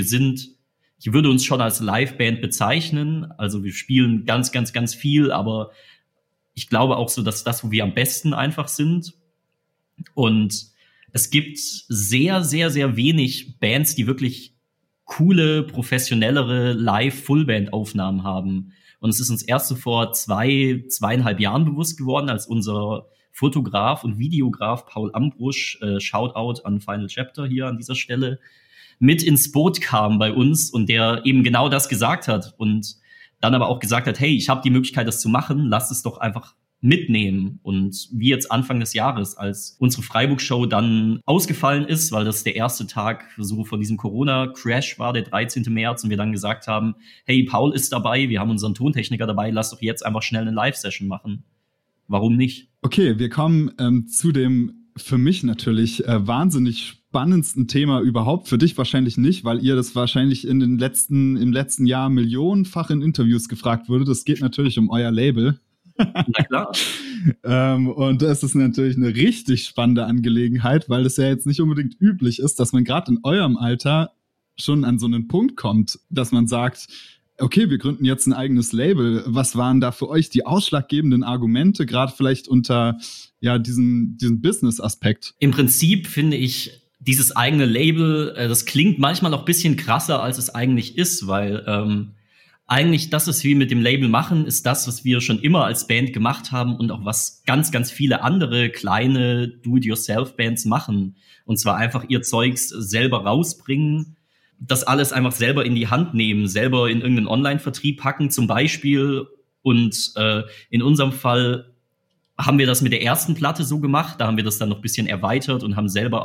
ich würde uns schon als Liveband bezeichnen, also wir spielen ganz, ganz, ganz viel, aber ich glaube auch so, dass das, wo wir am besten einfach sind. Und es gibt sehr, sehr, sehr wenig Bands, die wirklich coole, professionellere Live-Fullband-Aufnahmen haben. Und es ist uns erst so vor 2,5 Jahren bewusst geworden, als unser Fotograf und Videograf Paul Ambrusch, Shoutout an Final Chapter hier an dieser Stelle, mit ins Boot kam bei uns und der eben genau das gesagt hat und dann aber auch gesagt hat, hey, ich habe die Möglichkeit, das zu machen, lasst es doch einfach mitnehmen. Und wie jetzt Anfang des Jahres, als unsere Freiburg-Show dann ausgefallen ist, weil das der erste Tag so von diesem Corona-Crash war, der 13. März, und wir dann gesagt haben, hey, Paul ist dabei, wir haben unseren Tontechniker dabei, lass doch jetzt einfach schnell eine Live-Session machen. Warum nicht? Okay, wir kommen zu dem für mich natürlich wahnsinnig spannendsten Thema überhaupt. Für dich wahrscheinlich nicht, weil ihr das wahrscheinlich im letzten Jahr millionenfach in Interviews gefragt wurde. Das geht natürlich um euer Label. Na klar. Und das ist natürlich eine richtig spannende Angelegenheit, weil es ja jetzt nicht unbedingt üblich ist, dass man gerade in eurem Alter schon an so einen Punkt kommt, dass man sagt, okay, wir gründen jetzt ein eigenes Label. Was waren da für euch die ausschlaggebenden Argumente, gerade vielleicht unter diesem Business-Aspekt? Im Prinzip finde ich, dieses eigene Label, das klingt manchmal auch ein bisschen krasser, als es eigentlich ist, weil eigentlich das, was wir mit dem Label machen, ist das, was wir schon immer als Band gemacht haben und auch was ganz, ganz viele andere kleine Do-it-yourself-Bands machen. Und zwar einfach ihr Zeugs selber rausbringen, das alles einfach selber in die Hand nehmen, selber in irgendeinen Online-Vertrieb packen zum Beispiel. Und in unserem Fall haben wir das mit der ersten Platte so gemacht. Da haben wir das dann noch ein bisschen erweitert und haben selber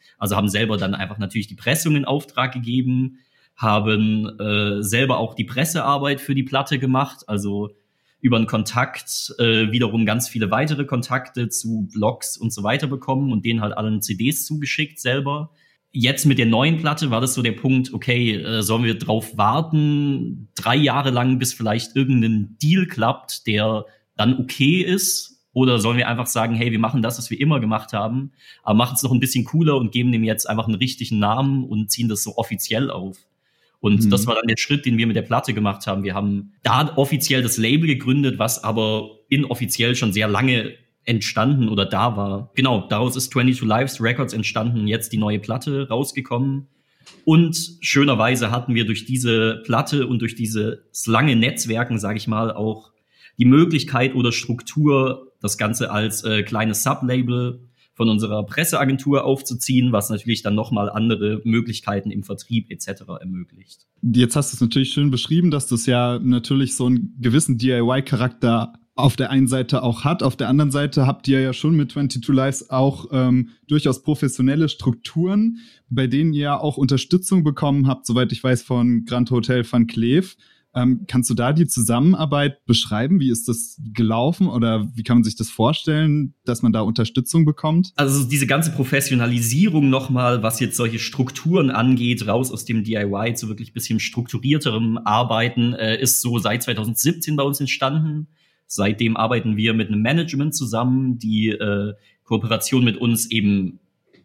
dann einfach natürlich die Pressung in Auftrag gegeben, haben selber auch die Pressearbeit für die Platte gemacht, also über einen Kontakt wiederum ganz viele weitere Kontakte zu Blogs und so weiter bekommen und denen halt allen CDs zugeschickt selber. Jetzt mit der neuen Platte war das so der Punkt, okay, sollen wir drauf warten, 3 Jahre lang, bis vielleicht irgendein Deal klappt, der dann okay ist? Oder sollen wir einfach sagen, hey, wir machen das, was wir immer gemacht haben, aber machen es noch ein bisschen cooler und geben dem jetzt einfach einen richtigen Namen und ziehen das so offiziell auf? Und das war dann der Schritt, den wir mit der Platte gemacht haben. Wir haben da offiziell das Label gegründet, was aber inoffiziell schon sehr lange entstanden oder da war. Genau, daraus ist 22 Lives Records entstanden, jetzt die neue Platte rausgekommen. Und schönerweise hatten wir durch diese Platte und durch dieses lange Netzwerken, sage ich mal, auch die Möglichkeit oder Struktur, das Ganze als kleines Sublabel von unserer Presseagentur aufzuziehen, was natürlich dann nochmal andere Möglichkeiten im Vertrieb etc. ermöglicht. Jetzt hast du es natürlich schön beschrieben, dass das ja natürlich so einen gewissen DIY-Charakter auf der einen Seite auch hat. Auf der anderen Seite habt ihr ja schon mit 22 Lives auch durchaus professionelle Strukturen, bei denen ihr auch Unterstützung bekommen habt, soweit ich weiß, von Grand Hotel van Cleef. Kannst du da die Zusammenarbeit beschreiben? Wie ist das gelaufen oder wie kann man sich das vorstellen, dass man da Unterstützung bekommt? Also diese ganze Professionalisierung nochmal, was jetzt solche Strukturen angeht, raus aus dem DIY zu wirklich bisschen strukturierterem Arbeiten, ist so seit 2017 bei uns entstanden. Seitdem arbeiten wir mit einem Management zusammen, die Kooperation mit uns eben,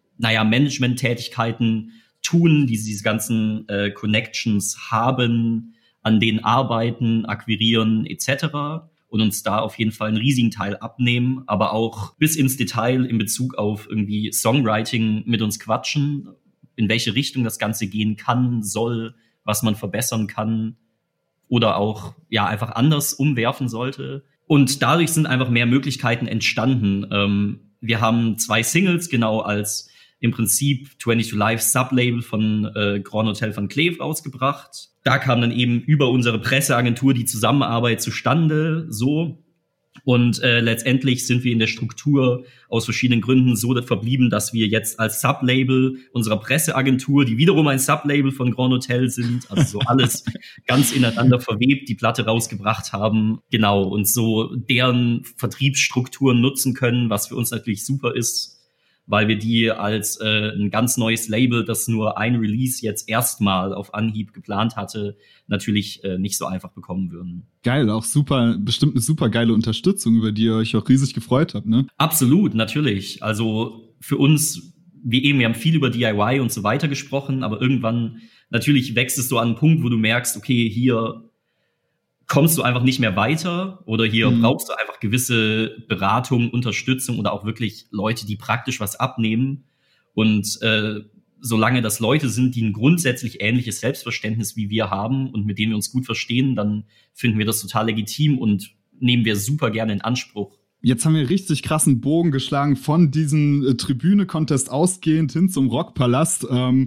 Management-Tätigkeiten tun, die diese ganzen Connections haben, an denen arbeiten, akquirieren etc. und uns da auf jeden Fall einen riesigen Teil abnehmen, aber auch bis ins Detail in Bezug auf irgendwie Songwriting mit uns quatschen, in welche Richtung das Ganze gehen kann, soll, was man verbessern kann oder auch einfach anders umwerfen sollte. Und dadurch sind einfach mehr Möglichkeiten entstanden. Wir haben 2 Singles genau als im Prinzip 22 Live Sublabel von Grand Hotel van Cleef rausgebracht. Da kam dann eben über unsere Presseagentur die Zusammenarbeit zustande, so. Und letztendlich sind wir in der Struktur aus verschiedenen Gründen so verblieben, dass wir jetzt als Sublabel unserer Presseagentur, die wiederum ein Sublabel von Grand Hotel sind, also so alles ganz ineinander verwebt, die Platte rausgebracht haben. Genau, und so deren Vertriebsstrukturen nutzen können, was für uns natürlich super ist, weil wir die als ein ganz neues Label, das nur ein Release jetzt erstmal auf Anhieb geplant hatte, natürlich nicht so einfach bekommen würden. Geil, auch super, bestimmt eine super geile Unterstützung, über die ihr euch auch riesig gefreut habt, ne? Absolut, natürlich. Also für uns, wir haben viel über DIY und so weiter gesprochen, aber irgendwann natürlich wächst es so an einen Punkt, wo du merkst, okay, hier kommst du einfach nicht mehr weiter oder hier brauchst du einfach gewisse Beratung, Unterstützung oder auch wirklich Leute, die praktisch was abnehmen. Und solange das Leute sind, die ein grundsätzlich ähnliches Selbstverständnis wie wir haben und mit denen wir uns gut verstehen, dann finden wir das total legitim und nehmen wir super gerne in Anspruch. Jetzt haben wir richtig krassen Bogen geschlagen von diesem Tribüne-Contest ausgehend hin zum Rockpalast,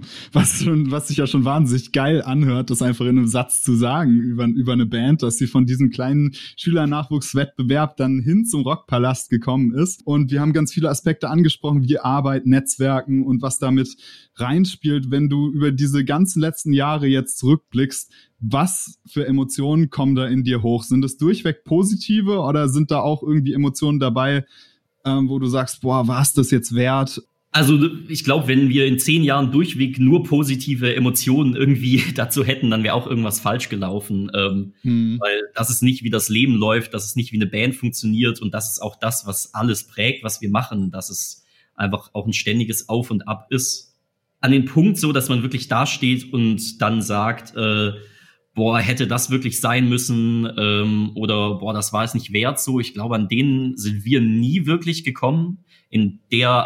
was sich ja schon wahnsinnig geil anhört, das einfach in einem Satz zu sagen über eine Band, dass sie von diesem kleinen Schülernachwuchswettbewerb dann hin zum Rockpalast gekommen ist. Und wir haben ganz viele Aspekte angesprochen, wie Arbeit, Netzwerken und was damit reinspielt, wenn du über diese ganzen letzten Jahre jetzt zurückblickst. Was für Emotionen kommen da in dir hoch? Sind es durchweg positive oder sind da auch irgendwie Emotionen dabei, wo du sagst, boah, war es das jetzt wert? Also ich glaube, wenn wir in 10 Jahren durchweg nur positive Emotionen irgendwie dazu hätten, dann wäre auch irgendwas falsch gelaufen. Weil das ist nicht, wie das Leben läuft, das ist nicht, wie eine Band funktioniert und das ist auch das, was alles prägt, was wir machen, dass es einfach auch ein ständiges Auf und Ab ist. An den Punkt so, dass man wirklich dasteht und dann sagt, hätte das wirklich sein müssen oder das war es nicht wert so. Ich glaube, an denen sind wir nie wirklich gekommen in der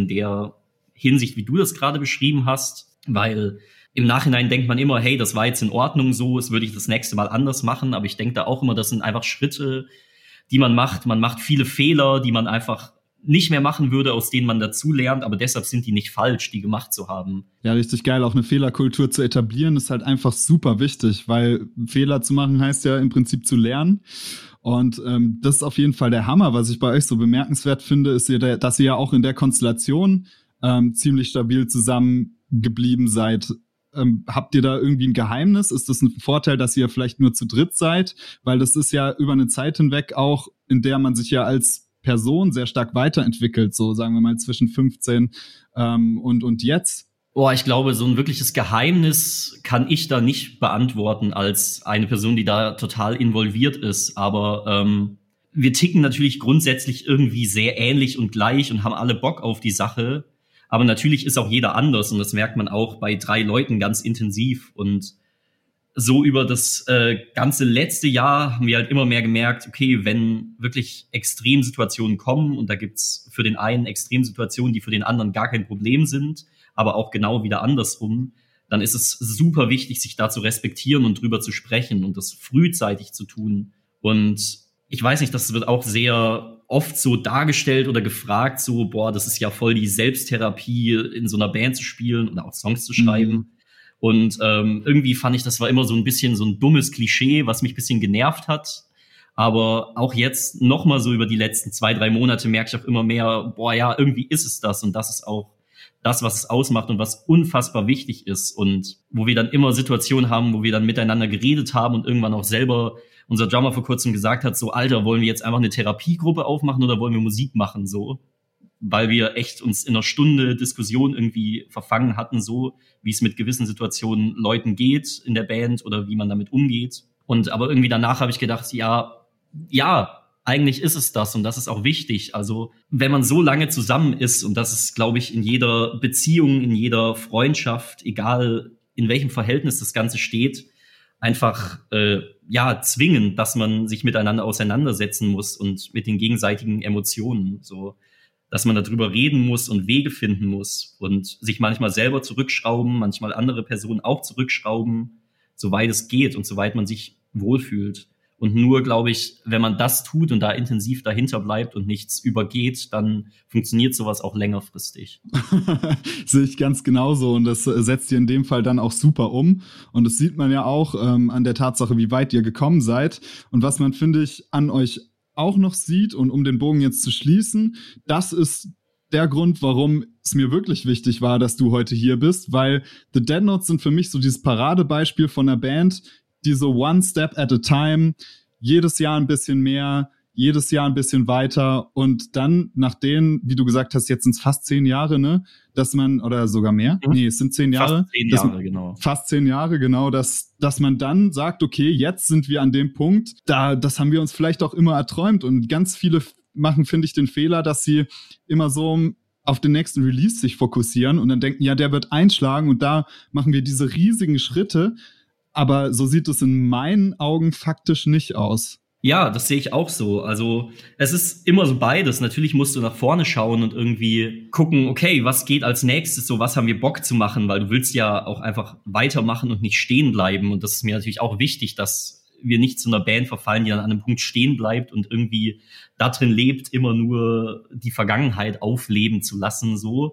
Hinsicht, wie du das gerade beschrieben hast, weil im Nachhinein denkt man immer, hey, das war jetzt in Ordnung so, das würde ich das nächste Mal anders machen, aber ich denke da auch immer, das sind einfach Schritte, die man macht. Man macht viele Fehler, die man einfach nicht mehr machen würde, aus denen man dazu lernt, aber deshalb sind die nicht falsch, die gemacht zu haben. Ja, richtig geil. Auch eine Fehlerkultur zu etablieren ist halt einfach super wichtig, weil Fehler zu machen heißt ja im Prinzip zu lernen. Und das ist auf jeden Fall der Hammer. Was ich bei euch so bemerkenswert finde, ist, dass ihr ja auch in der Konstellation ziemlich stabil zusammengeblieben seid. Habt ihr da irgendwie ein Geheimnis? Ist das ein Vorteil, dass ihr vielleicht nur zu dritt seid? Weil das ist ja über eine Zeit hinweg auch, in der man sich ja als Person sehr stark weiterentwickelt, so sagen wir mal zwischen 15 und jetzt. Ich glaube, so ein wirkliches Geheimnis kann ich da nicht beantworten als eine Person, die da total involviert ist. Aber wir ticken natürlich grundsätzlich irgendwie sehr ähnlich und gleich und haben alle Bock auf die Sache. Aber natürlich ist auch jeder anders und das merkt man auch bei 3 Leuten ganz intensiv. Und so über das ganze letzte Jahr haben wir halt immer mehr gemerkt, okay, wenn wirklich Extremsituationen kommen und da gibt's für den einen Extremsituationen, die für den anderen gar kein Problem sind, aber auch genau wieder andersrum, dann ist es super wichtig, sich da zu respektieren und drüber zu sprechen und das frühzeitig zu tun. Und ich weiß nicht, das wird auch sehr oft so dargestellt oder gefragt, so, boah, das ist ja voll die Selbsttherapie, in so einer Band zu spielen oder auch Songs zu schreiben. Und irgendwie fand ich, das war immer so ein bisschen so ein dummes Klischee, was mich ein bisschen genervt hat. Aber auch jetzt noch mal so über die letzten 2-3 Monate merke ich auch immer mehr, boah, ja, irgendwie ist es das. Und das ist auch das, was es ausmacht und was unfassbar wichtig ist. Und wo wir dann immer Situationen haben, wo wir dann miteinander geredet haben und irgendwann auch selber unser Drummer vor kurzem gesagt hat, so, Alter, wollen wir jetzt einfach eine Therapiegruppe aufmachen oder wollen wir Musik machen, so? Weil wir echt uns in einer Stunde Diskussion irgendwie verfangen hatten, so, wie es mit gewissen Situationen Leuten geht in der Band oder wie man damit umgeht. Und aber irgendwie danach habe ich gedacht, ja, eigentlich ist es das und das ist auch wichtig. Also wenn man so lange zusammen ist, und das ist, glaube ich, in jeder Beziehung, in jeder Freundschaft, egal in welchem Verhältnis das Ganze steht, einfach zwingend, dass man sich miteinander auseinandersetzen muss und mit den gegenseitigen Emotionen, so, dass man darüber reden muss und Wege finden muss und sich manchmal selber zurückschrauben, manchmal andere Personen auch zurückschrauben, soweit es geht und soweit man sich wohlfühlt. Und nur, glaube ich, wenn man das tut und da intensiv dahinter bleibt und nichts übergeht, dann funktioniert sowas auch längerfristig. Sehe ich ganz genauso. Und das setzt ihr in dem Fall dann auch super um. Und das sieht man ja auch an der Tatsache, wie weit ihr gekommen seid. Und was man, finde ich, an euch auch noch sieht, und um den Bogen jetzt zu schließen, das ist der Grund, warum es mir wirklich wichtig war, dass du heute hier bist, weil The Dead Notes sind für mich so dieses Paradebeispiel von einer Band, die so one step at a time, jedes Jahr ein bisschen mehr, jedes Jahr ein bisschen weiter und dann nach denen, wie du gesagt hast, jetzt sind es fast 10 Jahre, ne, dass man, oder sogar mehr? Nee, es sind 10 Jahre. Fast 10 Jahre, genau. Fast 10 Jahre, genau, dass man dann sagt, okay, jetzt sind wir an dem Punkt, das haben wir uns vielleicht auch immer erträumt und ganz viele machen, finde ich, den Fehler, dass sie immer so auf den nächsten Release sich fokussieren und dann denken, ja, der wird einschlagen und da machen wir diese riesigen Schritte. Aber so sieht es in meinen Augen faktisch nicht aus. Ja, das sehe ich auch so. Also es ist immer so beides. Natürlich musst du nach vorne schauen und irgendwie gucken, okay, was geht als nächstes, so was haben wir Bock zu machen, weil du willst ja auch einfach weitermachen und nicht stehen bleiben. Und das ist mir natürlich auch wichtig, dass wir nicht zu einer Band verfallen, die dann an einem Punkt stehen bleibt und irgendwie da drin lebt, immer nur die Vergangenheit aufleben zu lassen, so.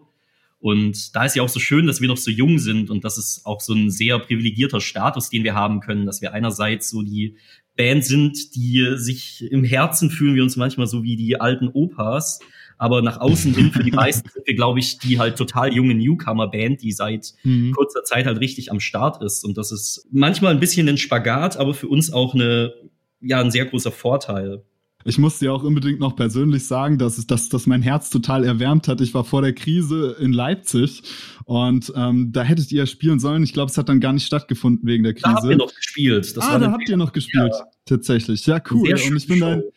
Und da ist ja auch so schön, dass wir noch so jung sind und das ist auch so ein sehr privilegierter Status, den wir haben können, dass wir einerseits so die Band sind, die sich im Herzen fühlen wir uns manchmal so wie die alten Opas, aber nach außen hin für die meisten sind wir, glaube ich, die halt total junge Newcomer-Band, die seit kurzer Zeit halt richtig am Start ist und das ist manchmal ein bisschen ein Spagat, aber für uns auch ein sehr großer Vorteil. Ich muss dir auch unbedingt noch persönlich sagen, dass mein Herz total erwärmt hat. Ich war vor der Krise in Leipzig und da hättet ihr spielen sollen. Ich glaube, es hat dann gar nicht stattgefunden wegen der Krise. Da habt ihr noch gespielt. Da habt ihr noch gespielt, ja. Tatsächlich. Ja, cool. Und ich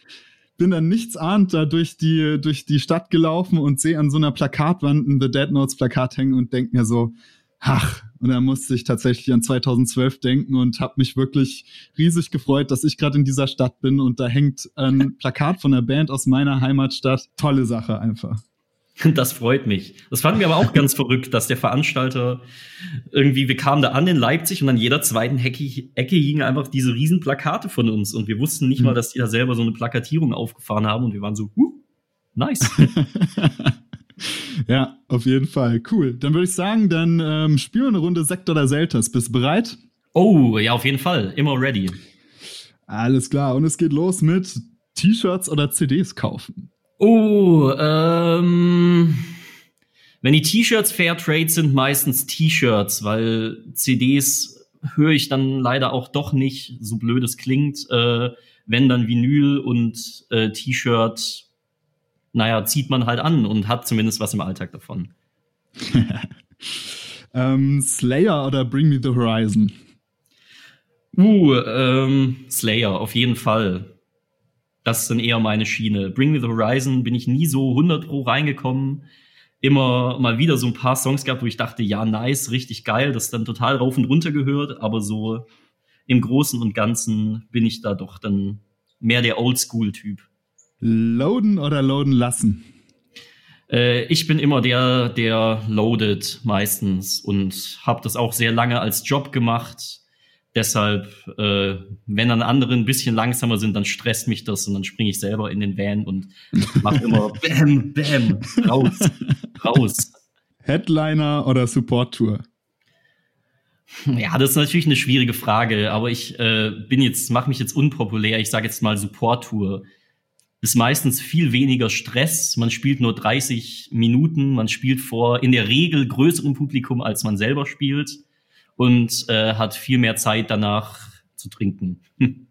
bin dann nichtsahnend da durch die Stadt gelaufen und sehe an so einer Plakatwand ein The Dead Notes Plakat hängen und denke mir so, ach, und da musste ich tatsächlich an 2012 denken und habe mich wirklich riesig gefreut, dass ich gerade in dieser Stadt bin und da hängt ein Plakat von einer Band aus meiner Heimatstadt. Tolle Sache einfach. Das freut mich. Das fanden wir aber auch ganz verrückt, dass der Veranstalter irgendwie, wir kamen da an in Leipzig und an jeder zweiten Ecke hingen einfach diese riesen Plakate von uns und wir wussten nicht mal, dass die da selber so eine Plakatierung aufgefahren haben und wir waren so, nice. Ja, auf jeden Fall. Cool. Dann würde ich sagen, dann spielen wir eine Runde Sekt oder Selters. Bist du bereit? Oh, ja, auf jeden Fall. Immer ready. Alles klar. Und es geht los mit T-Shirts oder CDs kaufen. Oh, wenn die T-Shirts Fairtrade sind, meistens T-Shirts, weil CDs höre ich dann leider auch doch nicht, so blöd es klingt. Wenn dann Vinyl und T-Shirt, zieht man halt an und hat zumindest was im Alltag davon. Slayer oder Bring Me the Horizon? Slayer, auf jeden Fall. Das ist dann eher meine Schiene. Bring Me the Horizon bin ich nie so 100% reingekommen. Immer mal wieder so ein paar Songs gehabt, wo ich dachte, ja, nice, richtig geil, das dann total rauf und runter gehört. Aber so im Großen und Ganzen bin ich da doch dann mehr der Oldschool-Typ. Loaden oder loaden lassen? Ich bin immer der loadet meistens und habe das auch sehr lange als Job gemacht. Deshalb, wenn dann andere ein bisschen langsamer sind, dann stresst mich das und dann springe ich selber in den Van und mache immer Bäm, Bäm, raus. Headliner oder Support-Tour? Ja, das ist natürlich eine schwierige Frage, aber ich mache mich jetzt unpopulär. Ich sage jetzt mal Support-Tour. Ist meistens viel weniger Stress. Man spielt nur 30 Minuten. Man spielt vor in der Regel größerem Publikum, als man selber spielt. Und hat viel mehr Zeit danach zu trinken.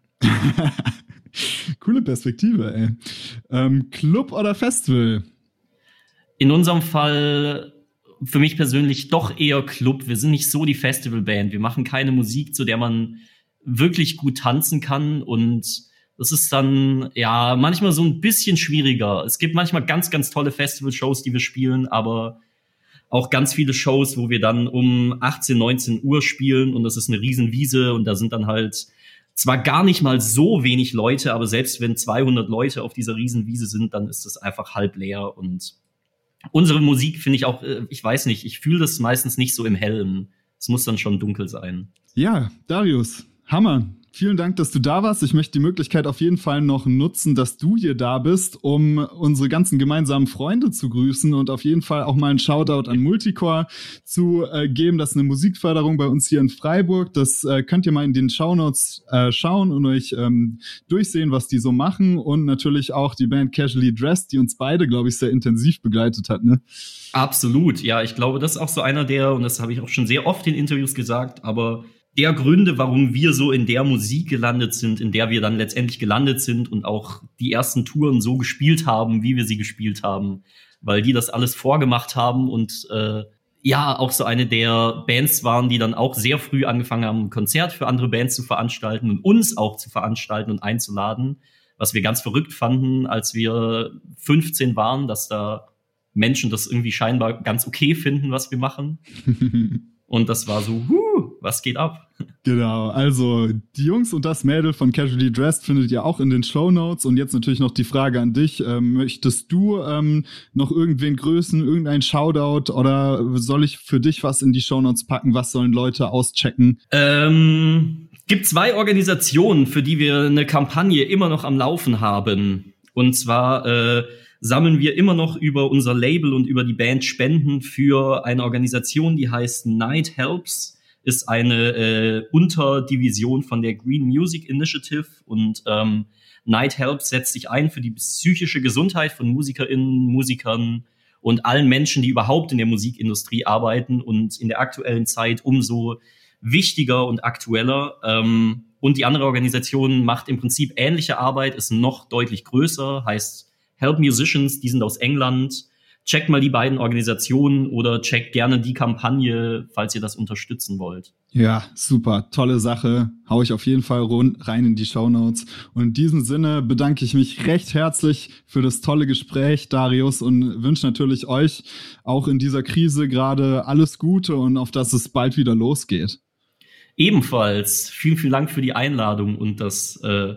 Coole Perspektive, ey. Club oder Festival? In unserem Fall für mich persönlich doch eher Club. Wir sind nicht so die Festivalband. Wir machen keine Musik, zu der man wirklich gut tanzen kann. Und das ist dann ja manchmal so ein bisschen schwieriger. Es gibt manchmal ganz, ganz tolle Festival-Shows, die wir spielen, aber auch ganz viele Shows, wo wir dann um 18, 19 Uhr spielen und das ist eine Riesenwiese und da sind dann halt zwar gar nicht mal so wenig Leute, aber selbst wenn 200 Leute auf dieser Riesenwiese sind, dann ist das einfach halb leer und unsere Musik finde ich auch, ich weiß nicht, ich fühle das meistens nicht so im Hellen. Es muss dann schon dunkel sein. Ja, Darius, Hammer. Vielen Dank, dass du da warst. Ich möchte die Möglichkeit auf jeden Fall noch nutzen, dass du hier da bist, um unsere ganzen gemeinsamen Freunde zu grüßen und auf jeden Fall auch mal einen Shoutout an Multicore zu geben. Das ist eine Musikförderung bei uns hier in Freiburg. Das könnt ihr mal in den Shownotes schauen und euch durchsehen, was die so machen. Und natürlich auch die Band Casually Dressed, die uns beide, glaube ich, sehr intensiv begleitet hat, ne? Absolut, ja. Ich glaube, das ist auch so einer der, und das habe ich auch schon sehr oft in Interviews gesagt, aber der Gründe, warum wir so in der Musik gelandet sind, in der wir dann letztendlich gelandet sind und auch die ersten Touren so gespielt haben, wie wir sie gespielt haben, weil die das alles vorgemacht haben und auch so eine der Bands waren, die dann auch sehr früh angefangen haben, ein Konzert für andere Bands zu veranstalten und uns auch zu veranstalten und einzuladen, was wir ganz verrückt fanden, als wir 15 waren, dass da Menschen das irgendwie scheinbar ganz okay finden, was wir machen. Und das war so, was geht ab? Genau, also die Jungs und das Mädel von Casually Dressed findet ihr auch in den Shownotes. Und jetzt natürlich noch die Frage an dich. Möchtest du noch irgendwen grüßen, irgendein Shoutout oder soll ich für dich was in die Shownotes packen? Was sollen Leute auschecken? Gibt 2 Organisationen, für die wir eine Kampagne immer noch am Laufen haben. Und zwar sammeln wir immer noch über unser Label und über die Band Spenden für eine Organisation, die heißt Night Helps, ist eine Unterdivision von der Green Music Initiative und Night Helps setzt sich ein für die psychische Gesundheit von MusikerInnen, Musikern und allen Menschen, die überhaupt in der Musikindustrie arbeiten und in der aktuellen Zeit umso wichtiger und aktueller. Und die andere Organisation macht im Prinzip ähnliche Arbeit, ist noch deutlich größer, heißt Help Musicians, die sind aus England. Checkt mal die beiden Organisationen oder checkt gerne die Kampagne, falls ihr das unterstützen wollt. Ja, super, tolle Sache. Hau ich auf jeden Fall rein in die Shownotes. Und in diesem Sinne bedanke ich mich recht herzlich für das tolle Gespräch, Darius, und wünsche natürlich euch auch in dieser Krise gerade alles Gute und auf dass es bald wieder losgeht. Ebenfalls. Vielen, vielen Dank für die Einladung und das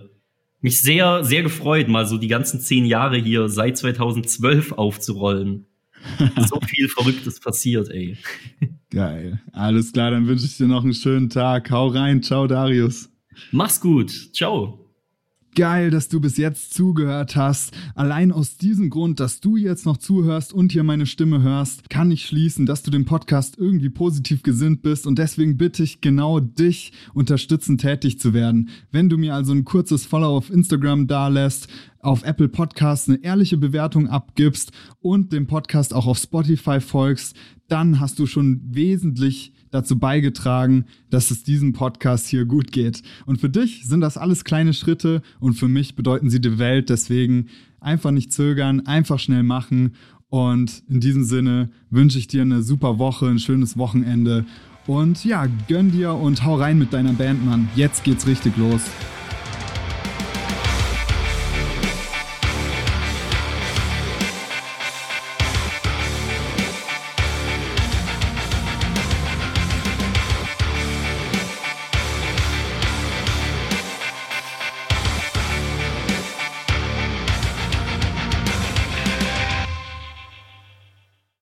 mich sehr, sehr gefreut, mal so die ganzen 10 Jahre hier seit 2012 aufzurollen. So viel Verrücktes passiert, ey. Geil. Alles klar, dann wünsche ich dir noch einen schönen Tag. Hau rein. Ciao, Darius. Mach's gut. Ciao. Geil, dass du bis jetzt zugehört hast. Allein aus diesem Grund, dass du jetzt noch zuhörst und hier meine Stimme hörst, kann ich schließen, dass du dem Podcast irgendwie positiv gesinnt bist und deswegen bitte ich genau dich, unterstützend tätig zu werden. Wenn du mir also ein kurzes Follow auf Instagram dalässt, auf Apple Podcasts eine ehrliche Bewertung abgibst und dem Podcast auch auf Spotify folgst, dann hast du schon wesentlich dazu beigetragen, dass es diesem Podcast hier gut geht. Und für dich sind das alles kleine Schritte und für mich bedeuten sie die Welt. Deswegen einfach nicht zögern, einfach schnell machen. Und in diesem Sinne wünsche ich dir eine super Woche, ein schönes Wochenende. Und ja, gönn dir und hau rein mit deiner Band, Mann. Jetzt geht's richtig los.